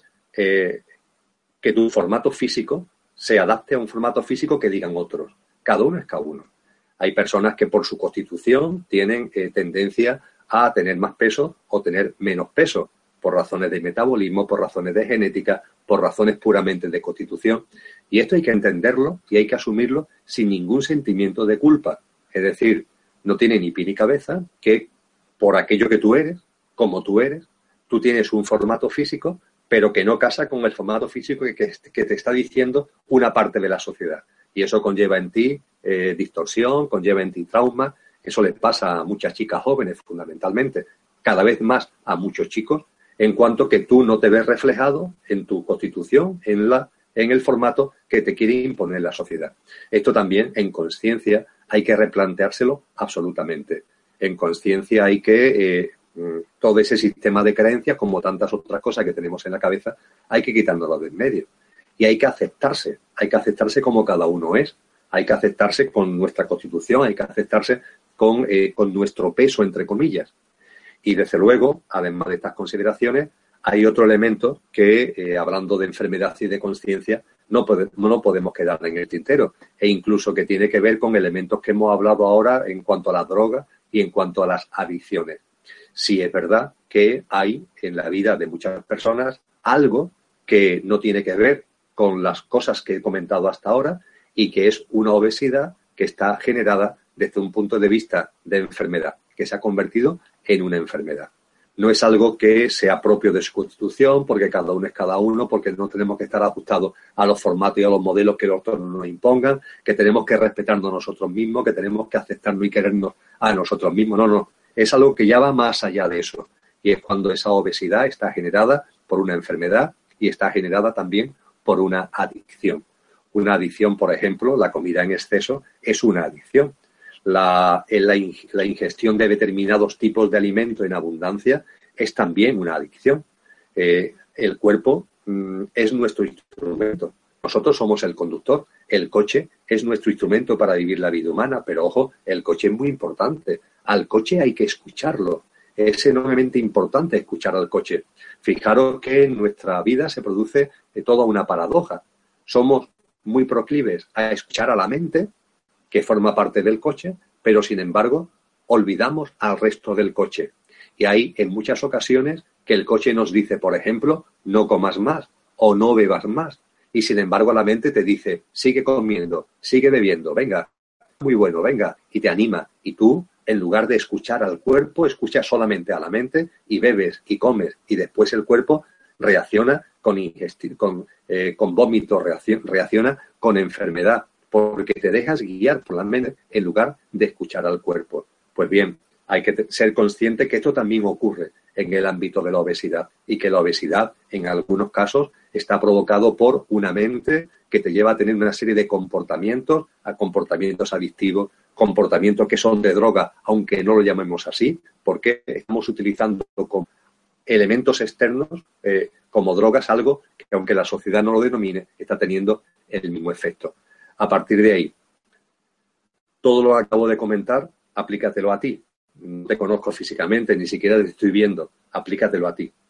S4: que tu formato físico se adapte a un formato físico que digan otros. Cada uno es cada uno. Hay personas que por su constitución tienen tendencia a tener más peso o tener menos peso, por razones de metabolismo, por razones de genética, por razones puramente de constitución. Y esto hay que entenderlo y hay que asumirlo sin ningún sentimiento de culpa. Es decir, no tiene ni pie ni cabeza que por aquello que tú eres, como tú eres, tú tienes un formato físico, pero que no casa con el formato físico que te está diciendo una parte de la sociedad. Y eso conlleva en ti distorsión, conlleva en ti trauma. Eso les pasa a muchas chicas jóvenes, fundamentalmente, cada vez más a muchos chicos, en cuanto que tú no te ves reflejado en tu constitución, en el formato que te quiere imponer la sociedad. Esto también, en consciencia, hay que replanteárselo absolutamente. En consciencia hay que todo ese sistema de creencias, como tantas otras cosas que tenemos en la cabeza, hay que quitárnoslo de en medio. Y hay que aceptarse como cada uno es. Hay que aceptarse con nuestra constitución, hay que aceptarse con nuestro peso, entre comillas. Y, desde luego, además de estas consideraciones, hay otro elemento que, hablando de enfermedad y de consciencia, no podemos quedar en el tintero, e incluso que tiene que ver con elementos que hemos hablado ahora en cuanto a las drogas y en cuanto a las adicciones. Sí es verdad que hay en la vida de muchas personas algo que no tiene que ver con las cosas que he comentado hasta ahora y que es una obesidad que está generada desde un punto de vista de enfermedad, que se ha convertido en una enfermedad. No es algo que sea propio de su constitución, porque cada uno es cada uno, porque no tenemos que estar ajustados a los formatos y a los modelos que los otros nos impongan, que tenemos que respetarnos a nosotros mismos, que tenemos que aceptarnos y querernos a nosotros mismos. No. Es algo que ya va más allá de eso. Y es cuando esa obesidad está generada por una enfermedad y está generada también por una adicción. Una adicción, por ejemplo, la comida en exceso es una adicción. La ingestión de determinados tipos de alimento en abundancia es también una adicción. El cuerpo es nuestro instrumento. Nosotros somos el conductor. El coche es nuestro instrumento para vivir la vida humana, pero ojo, el coche es muy importante. Al coche hay que escucharlo. Es enormemente importante escuchar al coche. Fijaros que en nuestra vida se produce toda una paradoja. Somos muy proclives a escuchar a la mente, que forma parte del coche, pero sin embargo olvidamos al resto del coche. Y hay en muchas ocasiones que el coche nos dice, por ejemplo, no comas más o no bebas más. Y sin embargo la mente te dice, sigue comiendo, sigue bebiendo, venga, muy bueno, venga, y te anima. Y tú, en lugar de escuchar al cuerpo, escuchas solamente a la mente y bebes y comes. Y después el cuerpo reacciona con vómito, reacciona con enfermedad, porque te dejas guiar por la mente en lugar de escuchar al cuerpo. Pues bien, hay que ser consciente que esto también ocurre en el ámbito de la obesidad y que la obesidad, en algunos casos, está provocado por una mente que te lleva a tener una serie de comportamientos adictivos, comportamientos que son de droga, aunque no lo llamemos así, porque estamos utilizando como elementos externos, como drogas, algo que, aunque la sociedad no lo denomine, está teniendo el mismo efecto. A partir de ahí, todo lo que acabo de comentar, aplícatelo a ti. No te conozco físicamente, ni siquiera te estoy viendo. Aplícatelo a ti.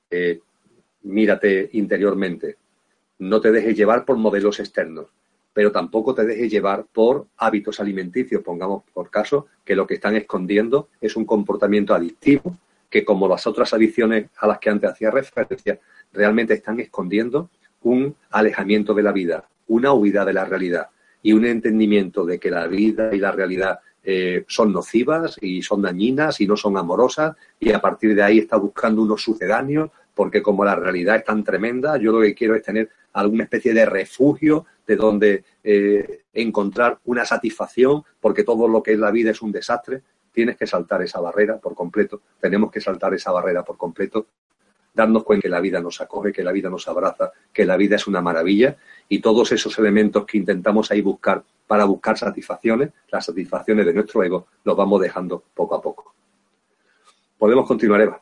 S4: Mírate interiormente. No te dejes llevar por modelos externos, pero tampoco te dejes llevar por hábitos alimenticios. Pongamos por caso que lo que están escondiendo es un comportamiento adictivo, que como las otras adicciones a las que antes hacía referencia, realmente están escondiendo un alejamiento de la vida, una huida de la realidad y un entendimiento de que la vida y la realidad son nocivas y son dañinas y no son amorosas, y a partir de ahí está buscando unos sucedáneos, porque como la realidad es tan tremenda, yo lo que quiero es tener alguna especie de refugio de donde encontrar una satisfacción, porque todo lo que es la vida es un desastre. Tienes que saltar esa barrera por completo, tenemos que saltar esa barrera por completo, darnos cuenta que la vida nos acoge, que la vida nos abraza, que la vida es una maravilla, y todos esos elementos que intentamos ahí buscar para buscar satisfacciones, las satisfacciones de nuestro ego, los vamos dejando poco a poco. Podemos continuar, Eva.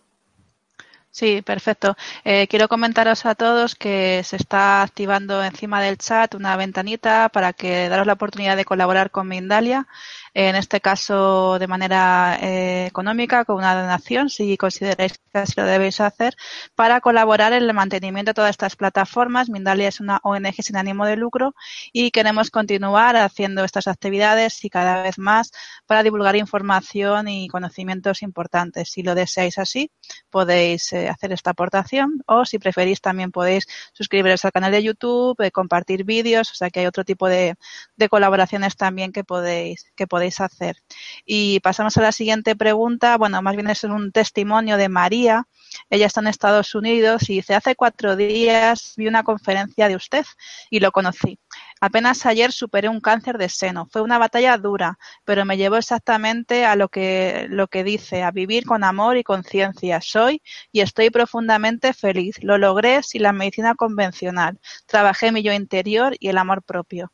S3: Sí, perfecto. Quiero comentaros a todos que se está activando encima del chat una ventanita para que daros la oportunidad de colaborar con Mindalia, en este caso de manera económica, con una donación, si consideráis que así lo debéis hacer, para colaborar en el mantenimiento de todas estas plataformas. Mindalia es una ONG sin ánimo de lucro y queremos continuar haciendo estas actividades y cada vez más para divulgar información y conocimientos importantes. Si lo deseáis así, podéis hacer esta aportación, o si preferís también podéis suscribiros al canal de YouTube, compartir vídeos, o sea que hay otro tipo de colaboraciones también que podéis hacer. Y pasamos a la siguiente pregunta. Bueno, más bien es un testimonio de María. Ella está en Estados Unidos y dice: hace 4 días vi una conferencia de usted y lo conocí. Apenas ayer superé un cáncer de seno. Fue una batalla dura, pero me llevó exactamente a lo que dice, a vivir con amor y conciencia. Soy y estoy profundamente feliz. Lo logré sin la medicina convencional. Trabajé mi yo interior y el amor propio.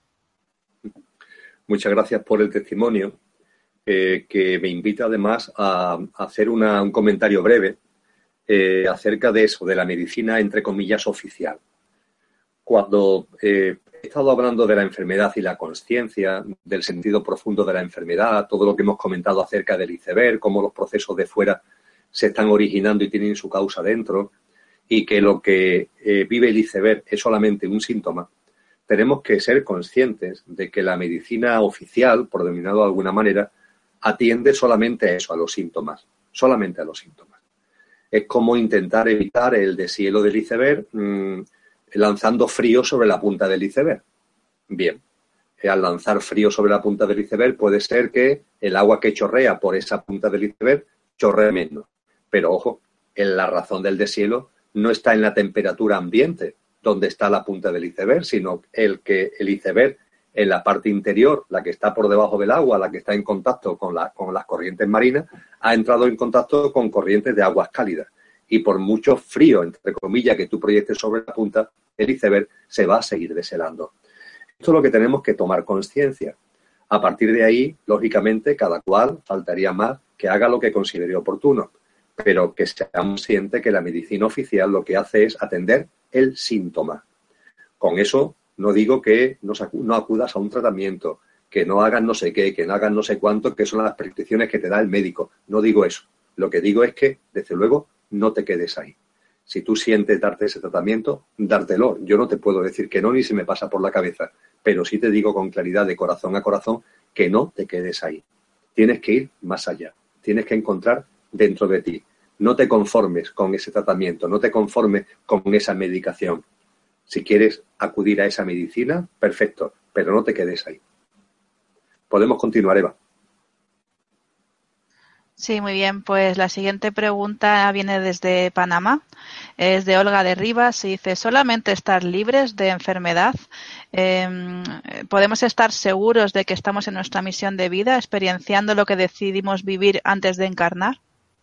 S4: Muchas gracias por el testimonio, que me invita además a hacer un comentario breve acerca de eso, de la medicina, entre comillas, oficial. Cuando he estado hablando de la enfermedad y la consciencia, del sentido profundo de la enfermedad, todo lo que hemos comentado acerca del iceberg, cómo los procesos de fuera se están originando y tienen su causa dentro, y que lo que vive el iceberg es solamente un síntoma, tenemos que ser conscientes de que la medicina oficial, por denominarlo de alguna manera, atiende solamente a eso, a los síntomas, solamente a los síntomas. Es como intentar evitar el deshielo del iceberg lanzando frío sobre la punta del iceberg. Bien, al lanzar frío sobre la punta del iceberg puede ser que el agua que chorrea por esa punta del iceberg chorree menos. Pero ojo, la razón del deshielo no está en la temperatura ambiente, donde está la punta del iceberg, sino que el iceberg en la parte interior, la que está por debajo del agua, la que está en contacto con las corrientes marinas, ha entrado en contacto con corrientes de aguas cálidas. Y por mucho frío, entre comillas, que tú proyectes sobre la punta, el iceberg se va a seguir deshelando. Esto es lo que tenemos que tomar conciencia. A partir de ahí, lógicamente, cada cual faltaría más que haga lo que considere oportuno, pero que seamos conscientes que la medicina oficial lo que hace es atender el síntoma. Con eso no digo que no acudas a un tratamiento, que no hagas no sé qué, que no hagas no sé cuánto, que son las prescripciones que te da el médico. No digo eso. Lo que digo es que, desde luego, no te quedes ahí. Si tú sientes darte ese tratamiento, dártelo. Yo no te puedo decir que no, ni se me pasa por la cabeza, pero sí te digo con claridad, de corazón a corazón, que no te quedes ahí. Tienes que ir más allá. Tienes que encontrar dentro de ti. No te conformes con ese tratamiento, no te conformes con esa medicación. Si quieres acudir a esa medicina, perfecto, pero no te quedes ahí. Podemos continuar, Eva.
S3: Sí, muy bien. Pues la siguiente pregunta viene desde Panamá. Es de Olga de Rivas y dice, ¿solamente estar libres de enfermedad? ¿Podemos estar seguros de que estamos en nuestra misión de vida, experienciando lo que decidimos vivir antes de encarnar?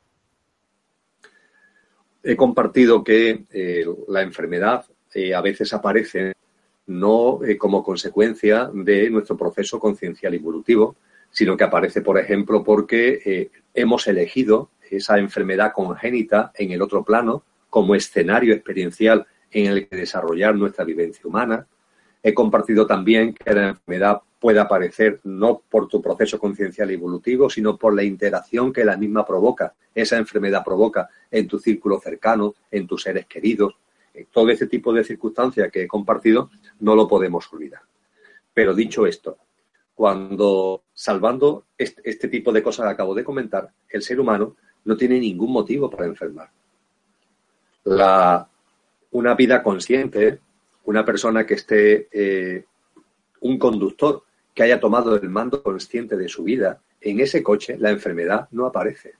S4: He compartido que la enfermedad a veces aparece no como consecuencia de nuestro proceso conciencial evolutivo, sino que aparece, por ejemplo, porque hemos elegido esa enfermedad congénita en el otro plano como escenario experiencial en el que desarrollar nuestra vivencia humana. He compartido también que la enfermedad puede aparecer no por tu proceso conciencial evolutivo, sino por la interacción que la misma provoca, esa enfermedad provoca en tu círculo cercano, en tus seres queridos. Todo ese tipo de circunstancias que he compartido no lo podemos olvidar. Pero dicho esto, cuando, salvando este tipo de cosas que acabo de comentar, el ser humano no tiene ningún motivo para enfermar. Una vida consciente, una persona que esté, un conductor que haya tomado el mando consciente de su vida, en ese coche la enfermedad no aparece.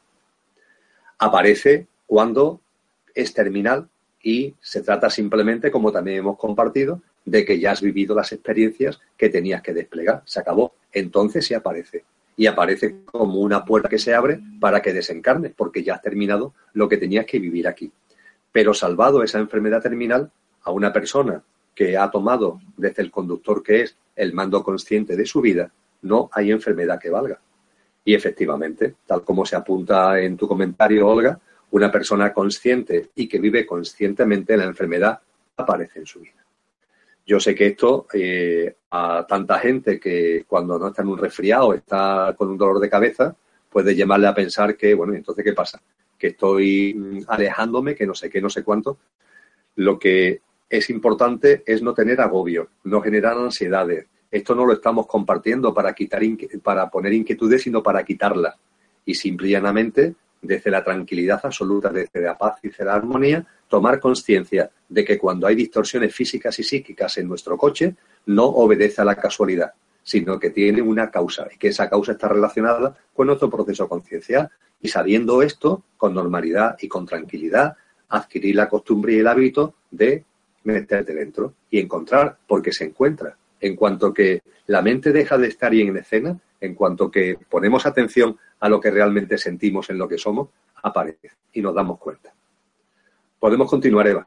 S4: Aparece cuando es terminal y se trata simplemente, como también hemos compartido, de que ya has vivido las experiencias que tenías que desplegar. Se acabó. Entonces sí aparece. Y aparece como una puerta que se abre para que desencarnes, porque ya has terminado lo que tenías que vivir aquí. Pero salvado esa enfermedad terminal, a una persona que ha tomado desde el conductor que es el mando consciente de su vida, no hay enfermedad que valga. Y efectivamente, tal como se apunta en tu comentario, Olga, una persona consciente y que vive conscientemente la enfermedad aparece en su vida. Yo sé que esto a tanta gente que cuando no está en un resfriado, está con un dolor de cabeza, puede llevarle a pensar que, bueno, entonces ¿qué pasa? Que estoy alejándome, que no sé qué, no sé cuánto. Lo que es importante es no tener agobio, no generar ansiedades. Esto no lo estamos compartiendo para poner inquietudes, sino para quitarlas. Y simple y llanamente, desde la tranquilidad absoluta, desde la paz y desde la armonía, tomar conciencia de que cuando hay distorsiones físicas y psíquicas en nuestro coche, no obedece a la casualidad, sino que tiene una causa y que esa causa está relacionada con nuestro proceso conciencial. Y sabiendo esto, con normalidad y con tranquilidad, adquirir la costumbre y el hábito de meterte dentro y encontrar, porque se encuentra. En cuanto que la mente deja de estar ahí en escena, en cuanto que ponemos atención a lo que realmente sentimos en lo que somos, aparece y nos damos cuenta. Podemos continuar, Eva.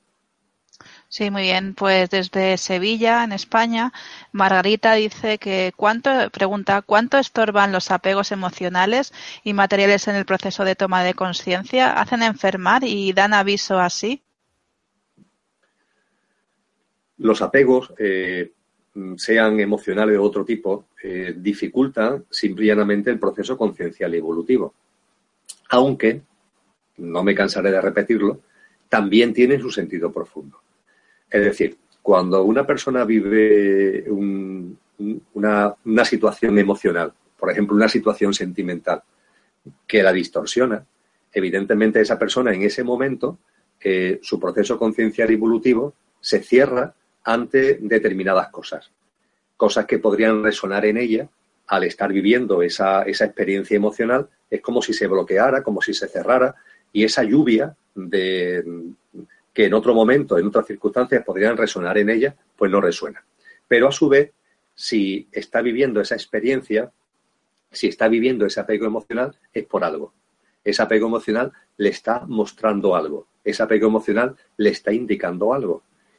S3: Sí, muy bien. Pues desde Sevilla, en España, Margarita dice que pregunta, ¿cuánto estorban los apegos emocionales y materiales en el proceso de toma de conciencia? ¿Hacen enfermar y dan aviso así?
S4: Los apegos, sean emocionales o de otro tipo, dificultan simple y llanamente el proceso conciencial y evolutivo. Aunque, no me cansaré de repetirlo, también tiene su sentido profundo. Es decir, cuando una persona vive una situación emocional, por ejemplo, una situación sentimental, que la distorsiona, evidentemente esa persona en ese momento, su proceso conciencial y evolutivo se cierra ante determinadas cosas que podrían resonar en ella al estar viviendo esa experiencia emocional. Es como si se bloqueara, como si se cerrara, y esa lluvia que en otro momento, en otras circunstancias podrían resonar en ella, pues no resuena. Pero a su vez, si está viviendo esa experiencia, si está viviendo ese apego emocional, es por algo. Ese apego emocional le está mostrando algo. Ese apego emocional le está indicando algo.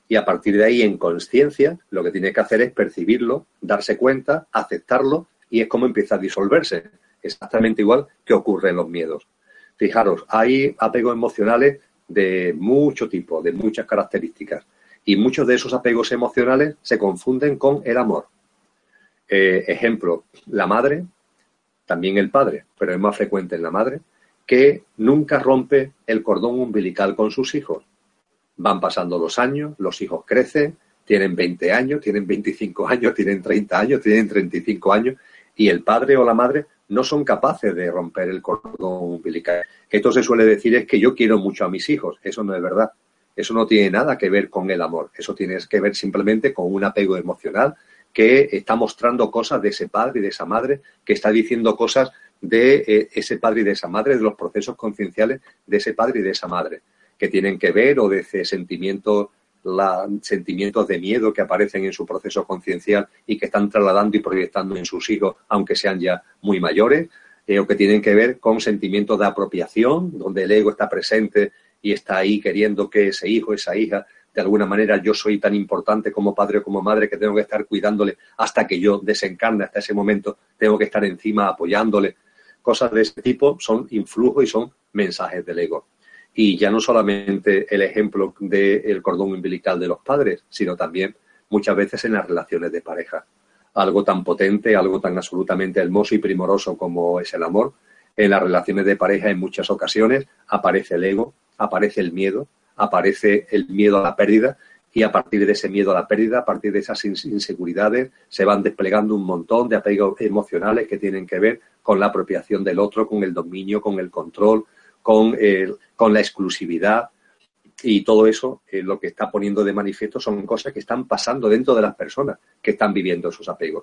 S4: Y a partir de ahí, en consciencia, lo que tiene que hacer es percibirlo, darse cuenta, aceptarlo, y es como empieza a disolverse. Exactamente igual que ocurre en los miedos. Fijaros, hay apegos emocionales de mucho tipo, de muchas características. Y muchos de esos apegos emocionales se confunden con el amor. Ejemplo, la madre, también el padre, pero es más frecuente en la madre, que nunca rompe el cordón umbilical con sus hijos. Van pasando los años, los hijos crecen, tienen 20 años, tienen 25 años, tienen 30 años, tienen 35 años, y el padre o la madre no son capaces de romper el cordón umbilical. Esto se suele decir es que yo quiero mucho a mis hijos. Eso no es verdad. Eso no tiene nada que ver con el amor. Eso tiene que ver simplemente con un apego emocional que está mostrando cosas de ese padre y de esa madre, que está diciendo cosas de ese padre y de esa madre, de los procesos concienciales de ese padre y de esa madre, que tienen que ver o de ese sentimientos de miedo que aparecen en su proceso conciencial y que están trasladando y proyectando en sus hijos, aunque sean ya muy mayores, o que tienen que ver con sentimientos de apropiación, donde el ego está presente y está ahí queriendo que ese hijo, esa hija, de alguna manera yo soy tan importante como padre o como madre que tengo que estar cuidándole hasta que yo desencarne, hasta ese momento tengo que estar encima apoyándole. Cosas de ese tipo son influjos y son mensajes del ego. Y ya no solamente el ejemplo del cordón umbilical de los padres, sino también muchas veces en las relaciones de pareja. Algo tan potente, algo tan absolutamente hermoso y primoroso como es el amor, en las relaciones de pareja en muchas ocasiones aparece el ego, aparece el miedo a la pérdida, y a partir de ese miedo a la pérdida, a partir de esas inseguridades, se van desplegando un montón de apegos emocionales que tienen que ver con la apropiación del otro, con el dominio, con el control, con la exclusividad, y todo eso lo que está poniendo de manifiesto son cosas que están pasando dentro de las personas que están viviendo esos apegos.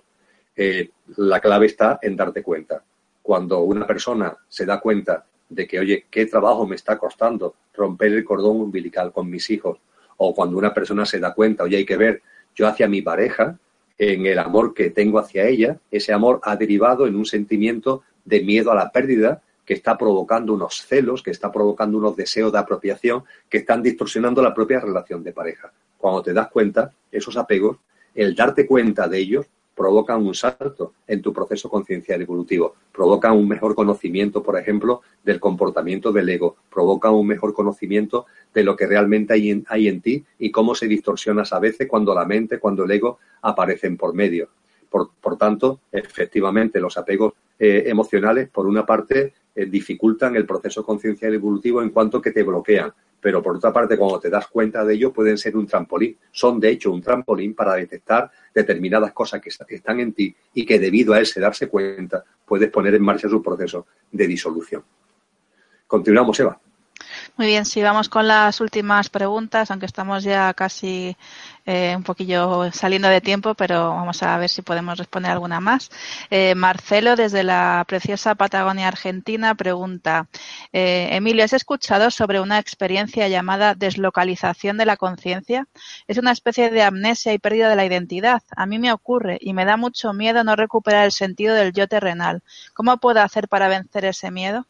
S4: La clave está en darte cuenta. Cuando una persona se da cuenta de que, oye, ¿qué trabajo me está costando romper el cordón umbilical con mis hijos? O cuando una persona se da cuenta, oye, hay que ver, yo hacia mi pareja, en el amor que tengo hacia ella, ese amor ha derivado en un sentimiento de miedo a la pérdida, que está provocando unos celos, que está provocando unos deseos de apropiación, que están distorsionando la propia relación de pareja. Cuando te das cuenta, esos apegos, el darte cuenta de ellos, provocan un salto en tu proceso conciencial evolutivo, provocan un mejor conocimiento, por ejemplo, del comportamiento del ego, provocan un mejor conocimiento de lo que realmente hay en ti y cómo se distorsionas a veces cuando la mente, cuando el ego aparecen por medio. Por tanto, efectivamente, los apegos emocionales, por una parte, dificultan el proceso conciencial evolutivo en cuanto que te bloquean, pero por otra parte, cuando te das cuenta de ello, pueden ser un trampolín. Son, de hecho, un trampolín para detectar determinadas cosas que están en ti y que, debido a ese darse cuenta, puedes poner en marcha su proceso de disolución. Continuamos, Eva.
S3: Muy bien, sí, vamos con las últimas preguntas, aunque estamos ya casi un poquillo saliendo de tiempo, pero vamos a ver si podemos responder alguna más. Marcelo, desde la preciosa Patagonia Argentina, pregunta: Emilio, ¿has escuchado sobre una experiencia llamada deslocalización de la conciencia? Es una especie de amnesia y pérdida de la identidad. A mí me ocurre y me da mucho miedo no recuperar el sentido del yo terrenal. ¿Cómo puedo hacer para vencer ese miedo?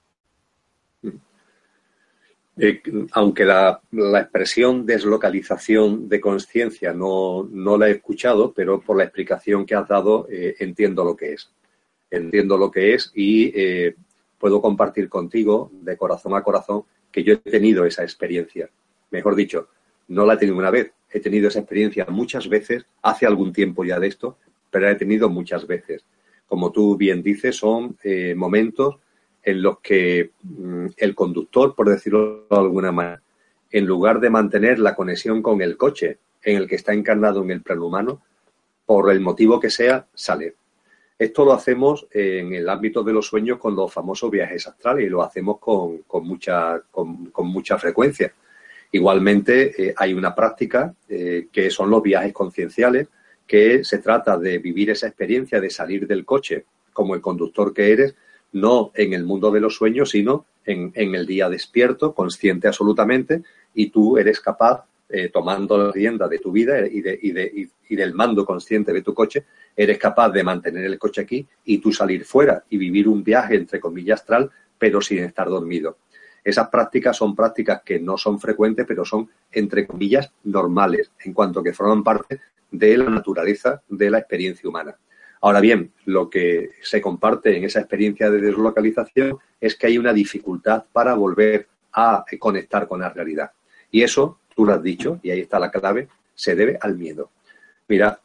S4: Aunque la expresión deslocalización de conciencia no la he escuchado, pero por la explicación que has dado entiendo lo que es. Entiendo lo que es y puedo compartir contigo de corazón a corazón que yo he tenido esa experiencia. Mejor dicho, no la he tenido una vez, he tenido esa experiencia muchas veces, hace algún tiempo ya de esto, pero la he tenido muchas veces. Como tú bien dices, son momentos en los que el conductor, por decirlo de alguna manera, en lugar de mantener la conexión con el coche en el que está encarnado en el plano humano, por el motivo que sea, sale. Esto lo hacemos en el ámbito de los sueños con los famosos viajes astrales y lo hacemos con mucha frecuencia. Igualmente, hay una práctica que son los viajes concienciales, que se trata de vivir esa experiencia de salir del coche como el conductor que eres, no en el mundo de los sueños, sino en el día despierto, consciente absolutamente, y tú eres capaz, tomando la rienda de tu vida y del mando consciente de tu coche, eres capaz de mantener el coche aquí y tú salir fuera y vivir un viaje, entre comillas, astral, pero sin estar dormido. Esas prácticas son prácticas que no son frecuentes, pero son, entre comillas, normales, en cuanto que forman parte de la naturaleza de la experiencia humana. Ahora bien, lo que se comparte en esa experiencia de deslocalización es que hay una dificultad para volver a conectar con la realidad. Y eso, tú lo has dicho, y ahí está la clave, se debe al miedo. Mira,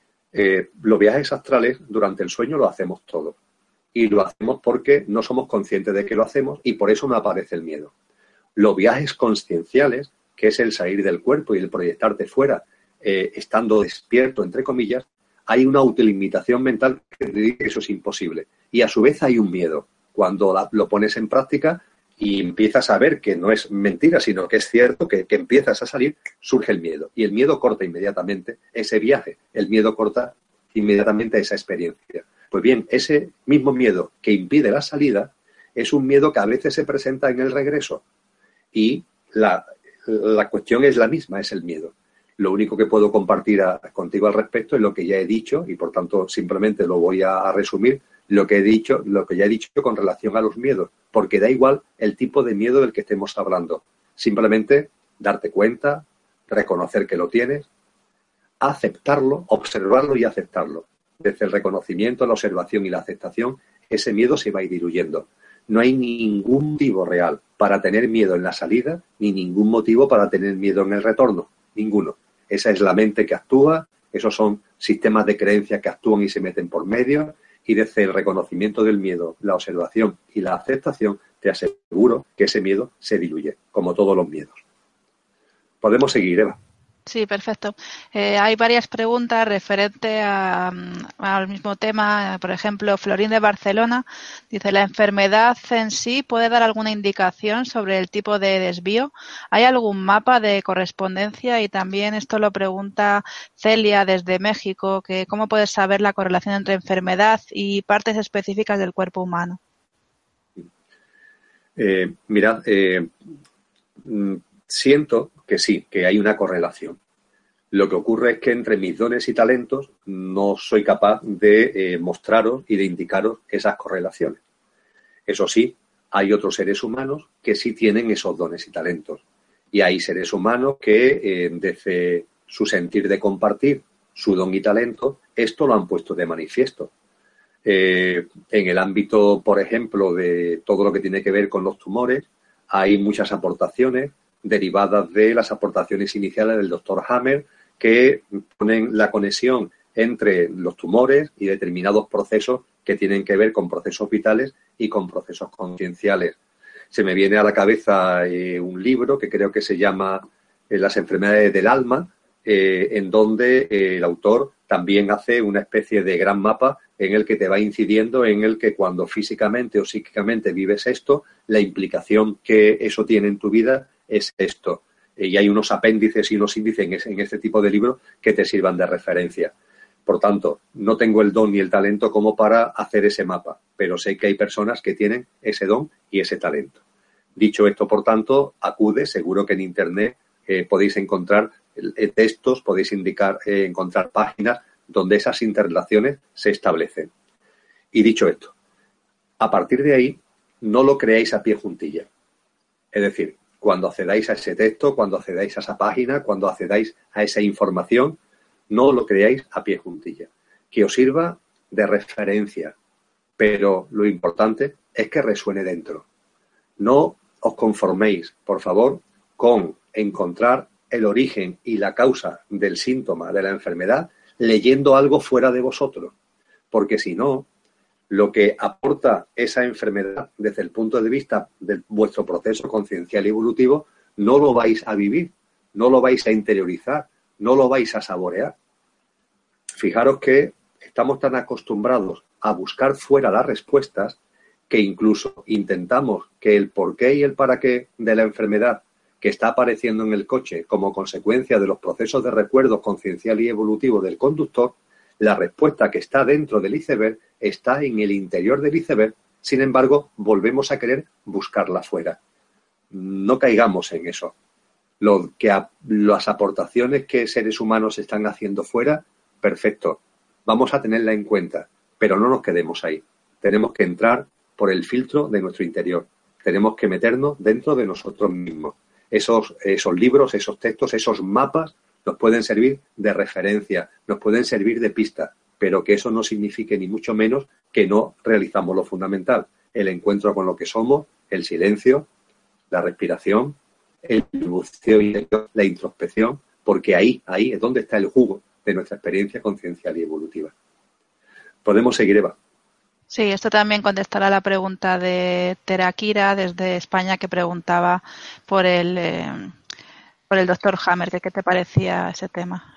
S4: los viajes astrales durante el sueño lo hacemos todos. Y lo hacemos porque no somos conscientes de que lo hacemos y por eso no aparece el miedo. Los viajes conscienciales, que es el salir del cuerpo y el proyectarte fuera, estando despierto, entre comillas, hay una autolimitación mental que te dice que eso es imposible. Y a su vez hay un miedo. Cuando lo pones en práctica y empiezas a ver que no es mentira, sino que es cierto, que empiezas a salir, surge el miedo. Y el miedo corta inmediatamente ese viaje. El miedo corta inmediatamente esa experiencia. Pues bien, ese mismo miedo que impide la salida es un miedo que a veces se presenta en el regreso. Y la cuestión es la misma, es el miedo. Lo único que puedo compartir contigo al respecto es lo que ya he dicho y, por tanto, simplemente lo voy a resumir, lo que ya he dicho con relación a los miedos, porque da igual el tipo de miedo del que estemos hablando. Simplemente darte cuenta, reconocer que lo tienes, aceptarlo, observarlo y aceptarlo. Desde el reconocimiento, la observación y la aceptación, ese miedo se va a ir diluyendo. No hay ningún motivo real para tener miedo en la salida, ni ningún motivo para tener miedo en el retorno. Ninguno. Esa es la mente que actúa, esos son sistemas de creencias que actúan y se meten por medio, y desde el reconocimiento del miedo, la observación y la aceptación, te aseguro que ese miedo se diluye, como todos los miedos. Podemos seguir, Eva.
S3: Sí, perfecto. Hay varias preguntas referentes al mismo tema. Por ejemplo, Florín de Barcelona dice, ¿la enfermedad en sí puede dar alguna indicación sobre el tipo de desvío? ¿Hay algún mapa de correspondencia? Y también esto lo pregunta Celia desde México, que ¿cómo puedes saber la correlación entre enfermedad y partes específicas del cuerpo humano?
S4: Mirad, siento que sí, que hay una correlación. Lo que ocurre es que entre mis dones y talentos no soy capaz de mostraros y de indicaros esas correlaciones. Eso sí, hay otros seres humanos que sí tienen esos dones y talentos. Y hay seres humanos que desde su sentir de compartir su don y talento, esto lo han puesto de manifiesto. En el ámbito, por ejemplo, de todo lo que tiene que ver con los tumores, hay muchas aportaciones derivadas de las aportaciones iniciales del doctor Hammer que ponen la conexión entre los tumores y determinados procesos que tienen que ver con procesos vitales y con procesos concienciales. Se me viene a la cabeza un libro que creo que se llama Las enfermedades del alma, en donde el autor también hace una especie de gran mapa en el que te va incidiendo en el que cuando físicamente o psíquicamente vives esto, la implicación que eso tiene en tu vida es esto. Y hay unos apéndices y unos índices en este tipo de libros que te sirvan de referencia. Por tanto, no tengo el don ni el talento como para hacer ese mapa, pero sé que hay personas que tienen ese don y ese talento. Dicho esto, por tanto, acude, seguro que en Internet podéis encontrar textos, podéis encontrar páginas donde esas interrelaciones se establecen. Y dicho esto, a partir de ahí, no lo creáis a pie juntilla. Es decir, cuando accedáis a ese texto, cuando accedáis a esa página, cuando accedáis a esa información, no lo creáis a pie juntilla. Que os sirva de referencia, pero lo importante es que resuene dentro. No os conforméis, por favor, con encontrar el origen y la causa del síntoma de la enfermedad leyendo algo fuera de vosotros, porque si no, lo que aporta esa enfermedad desde el punto de vista de vuestro proceso conciencial y evolutivo, no lo vais a vivir, no lo vais a interiorizar, no lo vais a saborear. Fijaros que estamos tan acostumbrados a buscar fuera las respuestas que incluso intentamos que el porqué y el para qué de la enfermedad que está apareciendo en el coche como consecuencia de los procesos de recuerdo conciencial y evolutivo del conductor, la respuesta que está dentro del iceberg está en el interior del iceberg, sin embargo, volvemos a querer buscarla fuera. No caigamos en eso. Las aportaciones que seres humanos están haciendo fuera, perfecto, vamos a tenerla en cuenta, pero no nos quedemos ahí. Tenemos que entrar por el filtro de nuestro interior. tenemos que meternos dentro de nosotros mismos. Esos libros, esos textos, esos mapas nos pueden servir de referencia, nos pueden servir de pista, pero que eso no signifique ni mucho menos que no realizamos lo fundamental, el encuentro con lo que somos, el silencio, la respiración, el buceo interior, la introspección, porque ahí es donde está el jugo de nuestra experiencia conciencial y evolutiva. Podemos seguir, Eva.
S3: Sí, esto también contestará la pregunta de Terakira desde España, que preguntaba por el doctor Hammer, que qué te parecía ese tema,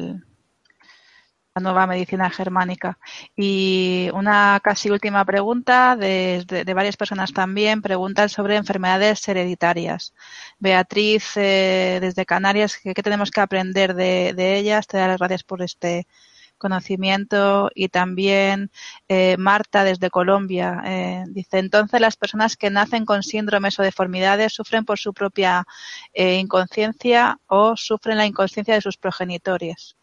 S3: la nueva medicina germánica. Y una casi última pregunta de varias personas también, preguntan sobre enfermedades hereditarias. Beatriz, desde Canarias, ¿qué tenemos que aprender de ellas? Te doy las gracias por este conocimiento. Y también Marta desde Colombia dice: entonces las personas que nacen con síndromes o deformidades sufren por su propia inconsciencia o sufren la inconsciencia de sus progenitores.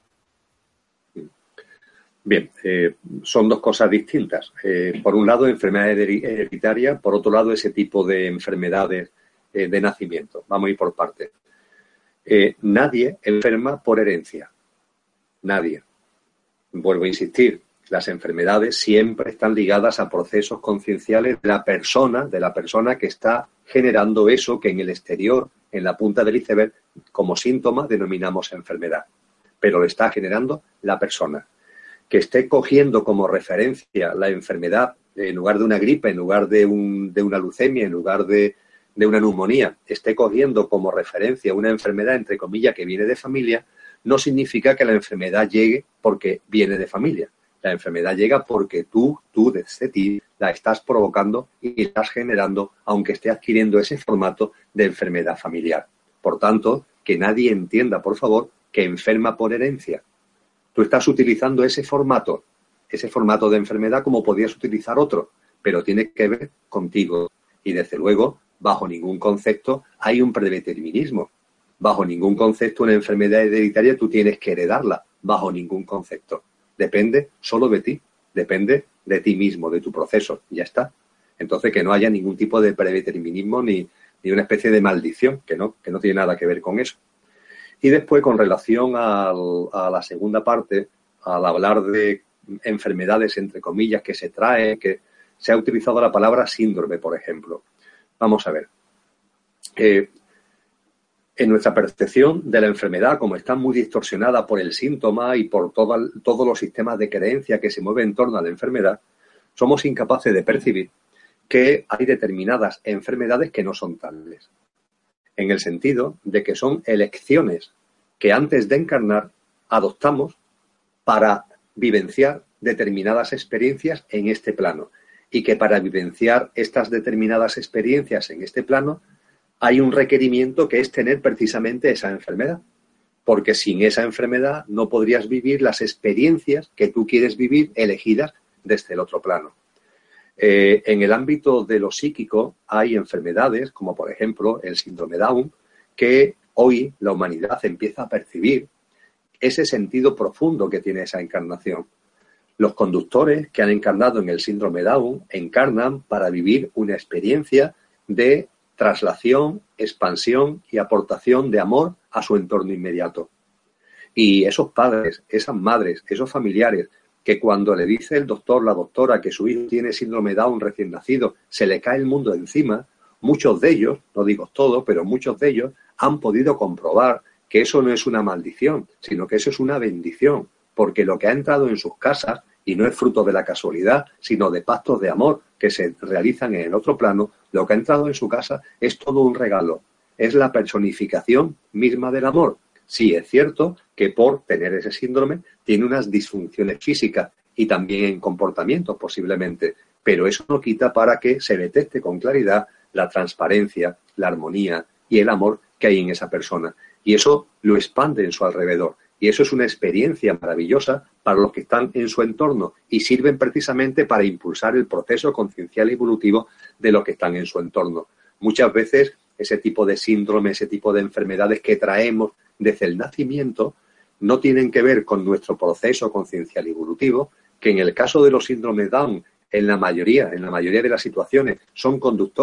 S4: Bien, son dos cosas distintas. Por un lado, enfermedad hereditaria, por otro lado, ese tipo de enfermedades de nacimiento. Vamos a ir por partes. Nadie enferma por herencia. Nadie. Vuelvo a insistir, las enfermedades siempre están ligadas a procesos concienciales de la persona que está generando eso que en el exterior, en la punta del iceberg, como síntoma denominamos enfermedad. Pero lo está generando la persona. Que esté cogiendo como referencia la enfermedad en lugar de una gripe, en lugar de una leucemia, en lugar de una neumonía, esté cogiendo como referencia una enfermedad, entre comillas, que viene de familia, no significa que la enfermedad llegue porque viene de familia. La enfermedad llega porque tú desde ti la estás provocando y la estás generando, aunque esté adquiriendo ese formato de enfermedad familiar. Por tanto, que nadie entienda, por favor, que enferma por herencia. Tú estás utilizando ese formato de enfermedad como podías utilizar otro, pero tiene que ver contigo. Y desde luego, bajo ningún concepto hay un predeterminismo. Bajo ningún concepto una enfermedad hereditaria tú tienes que heredarla, bajo ningún concepto. Depende solo de ti, depende de ti mismo, de tu proceso, y ya está. Entonces que no haya ningún tipo de predeterminismo ni una especie de maldición, que no tiene nada que ver con eso. Y después, con relación a la segunda parte, al hablar de enfermedades, entre comillas, que se traen, que se ha utilizado la palabra síndrome, por ejemplo. Vamos a ver. En nuestra percepción de la enfermedad, como está muy distorsionada por el síntoma y por todos los sistemas de creencia que se mueven en torno a la enfermedad, somos incapaces de percibir que hay determinadas enfermedades que no son tales. En el sentido de que son elecciones que antes de encarnar adoptamos para vivenciar determinadas experiencias en este plano y que para vivenciar estas determinadas experiencias en este plano hay un requerimiento que es tener precisamente esa enfermedad, porque sin esa enfermedad no podrías vivir las experiencias que tú quieres vivir elegidas desde el otro plano. En el ámbito de lo psíquico hay enfermedades, como por ejemplo el síndrome Down, que hoy la humanidad empieza a percibir ese sentido profundo que tiene esa encarnación. Los conductores que han encarnado en el síndrome Down encarnan para vivir una experiencia de traslación, expansión y aportación de amor a su entorno inmediato. Y esos padres, esas madres, esos familiares que cuando le dice el doctor, la doctora, que su hijo tiene síndrome Down recién nacido, se le cae el mundo encima, muchos de ellos, no digo todos, pero muchos de ellos han podido comprobar que eso no es una maldición, sino que eso es una bendición, porque lo que ha entrado en sus casas, y no es fruto de la casualidad, sino de pactos de amor que se realizan en el otro plano, lo que ha entrado en su casa es todo un regalo, es la personificación misma del amor. Sí, es cierto que por tener ese síndrome tiene unas disfunciones físicas y también en comportamiento posiblemente, pero eso no quita para que se detecte con claridad la transparencia, la armonía y el amor que hay en esa persona. Y eso lo expande en su alrededor. Y eso es una experiencia maravillosa para los que están en su entorno y sirven precisamente para impulsar el proceso conciencial y evolutivo de los que están en su entorno. Muchas veces ese tipo de síndrome, ese tipo de enfermedades que traemos desde el nacimiento no tienen que ver con nuestro proceso conciencial y evolutivo, que en el caso de los síndromes Down, en la mayoría de las situaciones son conductores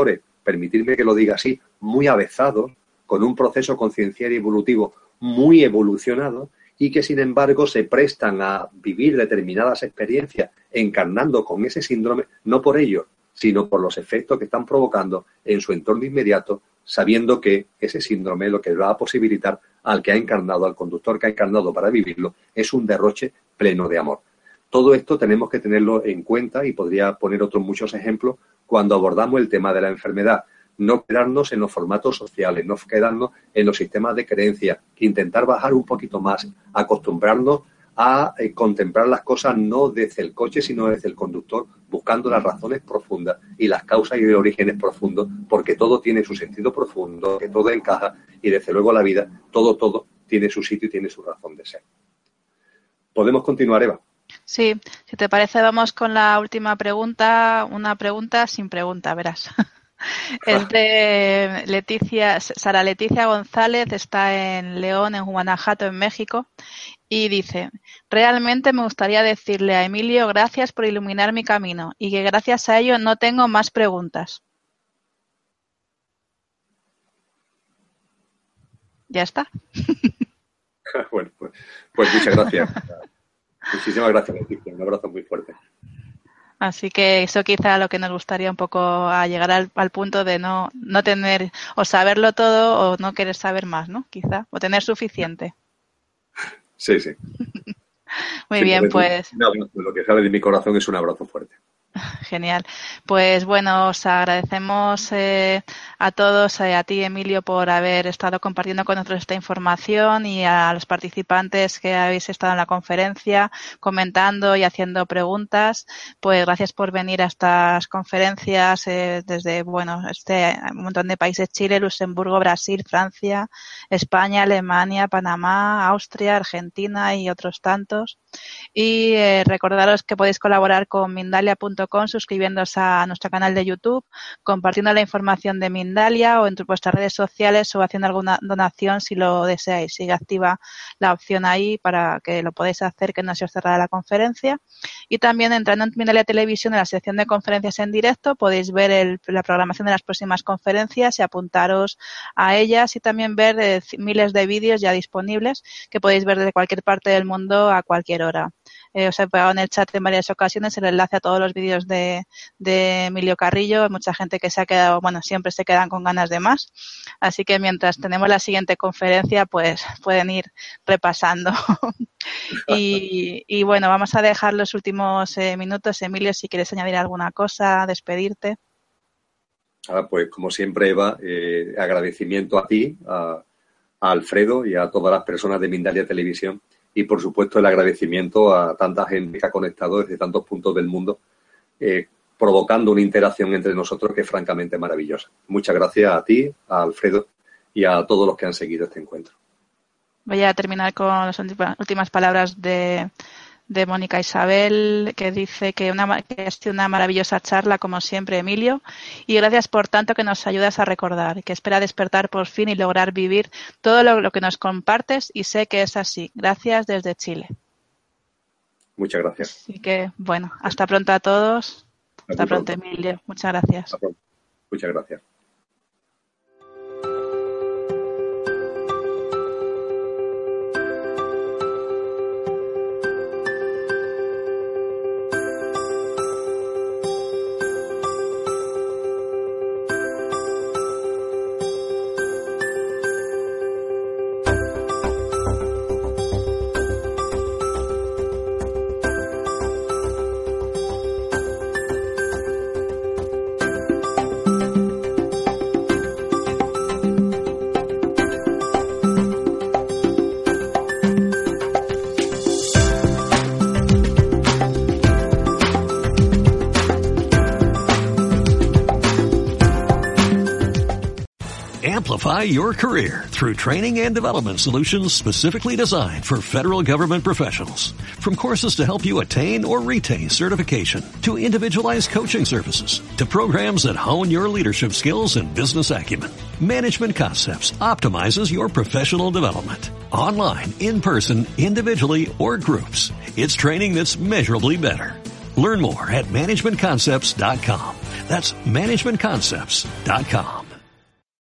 S4: permitirme que lo diga así, muy avezados, con un proceso conciencial y evolutivo muy evolucionado, y que sin embargo se prestan a vivir determinadas experiencias encarnando con ese síndrome, no por ello, sino por los efectos que están provocando en su entorno inmediato, sabiendo que ese síndrome lo que va a posibilitar al que ha encarnado, al conductor que ha encarnado para vivirlo, es un derroche pleno de amor. Todo esto tenemos que tenerlo en cuenta, y podría poner otros muchos ejemplos cuando abordamos el tema de la enfermedad. No quedarnos en los formatos sociales, no quedarnos en los sistemas de creencias, intentar bajar un poquito más, acostumbrarnos a contemplar las cosas no desde el coche, sino desde el conductor, buscando las razones profundas y las causas y los orígenes profundos, porque todo tiene su sentido profundo, que todo encaja, y desde luego la vida, todo tiene su sitio y tiene su razón de ser. ¿Podemos continuar, Eva?
S3: Sí, si te parece vamos con la última pregunta, una pregunta sin pregunta, verás. Es de Sara Leticia González, está en León, en Guanajuato, en México, y dice: realmente me gustaría decirle a Emilio gracias por iluminar mi camino y que gracias a ello no tengo más preguntas. Ya está.
S4: Bueno, pues muchas gracias. Muchísimas gracias, Leticia. Un abrazo muy fuerte.
S3: Así que eso quizá lo que nos gustaría un poco, a llegar al punto de no tener o saberlo todo o no querer saber más, ¿no? Quizá, o tener suficiente.
S4: Sí.
S3: Muy bien, pues.
S4: Lo que sale de mi corazón es un abrazo fuerte.
S3: Genial. Pues bueno, os agradecemos a todos, a ti, Emilio, por haber estado compartiendo con nosotros esta información, y a los participantes que habéis estado en la conferencia comentando y haciendo preguntas. Pues gracias por venir a estas conferencias desde, un montón de países: Chile, Luxemburgo, Brasil, Francia, España, Alemania, Panamá, Austria, Argentina y otros tantos. Y recordaros que podéis colaborar con Mindalia.com suscribiéndoos a nuestro canal de YouTube, compartiendo la información de Mindalia o en vuestras redes sociales, o haciendo alguna donación si lo deseáis. Sigue activa la opción ahí para que lo podáis hacer, que no se os cerrará la conferencia. Y también, entrando en Mindalia Televisión, en la sección de conferencias en directo, podéis ver la programación de las próximas conferencias y apuntaros a ellas, y también ver miles de vídeos ya disponibles que podéis ver desde cualquier parte del mundo a cualquier hora. Os he pegado en el chat en varias ocasiones el enlace a todos los vídeos de Emilio Carrillo. Hay mucha gente que se ha quedado, siempre se quedan con ganas de más. Así que mientras tenemos la siguiente conferencia, pues pueden ir repasando. Y bueno, vamos a dejar los últimos minutos. Emilio, si quieres añadir alguna cosa, despedirte.
S4: Pues como siempre, Eva, agradecimiento a ti, a Alfredo y a todas las personas de Mindalia Televisión. Y, por supuesto, el agradecimiento a tanta gente que ha conectado desde tantos puntos del mundo, provocando una interacción entre nosotros que es francamente maravillosa. Muchas gracias a ti, a Alfredo y a todos los que han seguido este encuentro.
S3: Voy a terminar con las últimas palabras de Mónica Isabel, que dice que ha sido una maravillosa charla, como siempre, Emilio, y gracias por tanto que nos ayudas a recordar, que espera despertar por fin y lograr vivir todo lo que nos compartes, y sé que es así. Gracias desde Chile.
S4: Muchas gracias.
S3: Así que, hasta pronto a todos. Hasta pronto, Emilio. Muchas gracias.
S4: Hasta pronto. Muchas gracias.
S1: Amplify your career through training and development solutions specifically designed for federal government professionals. From courses to help you attain or retain certification, to individualized coaching services, to programs that hone your leadership skills and business acumen, Management Concepts optimizes your professional development. Online, in person, individually, or groups, it's training that's measurably better. Learn more at managementconcepts.com. That's managementconcepts.com.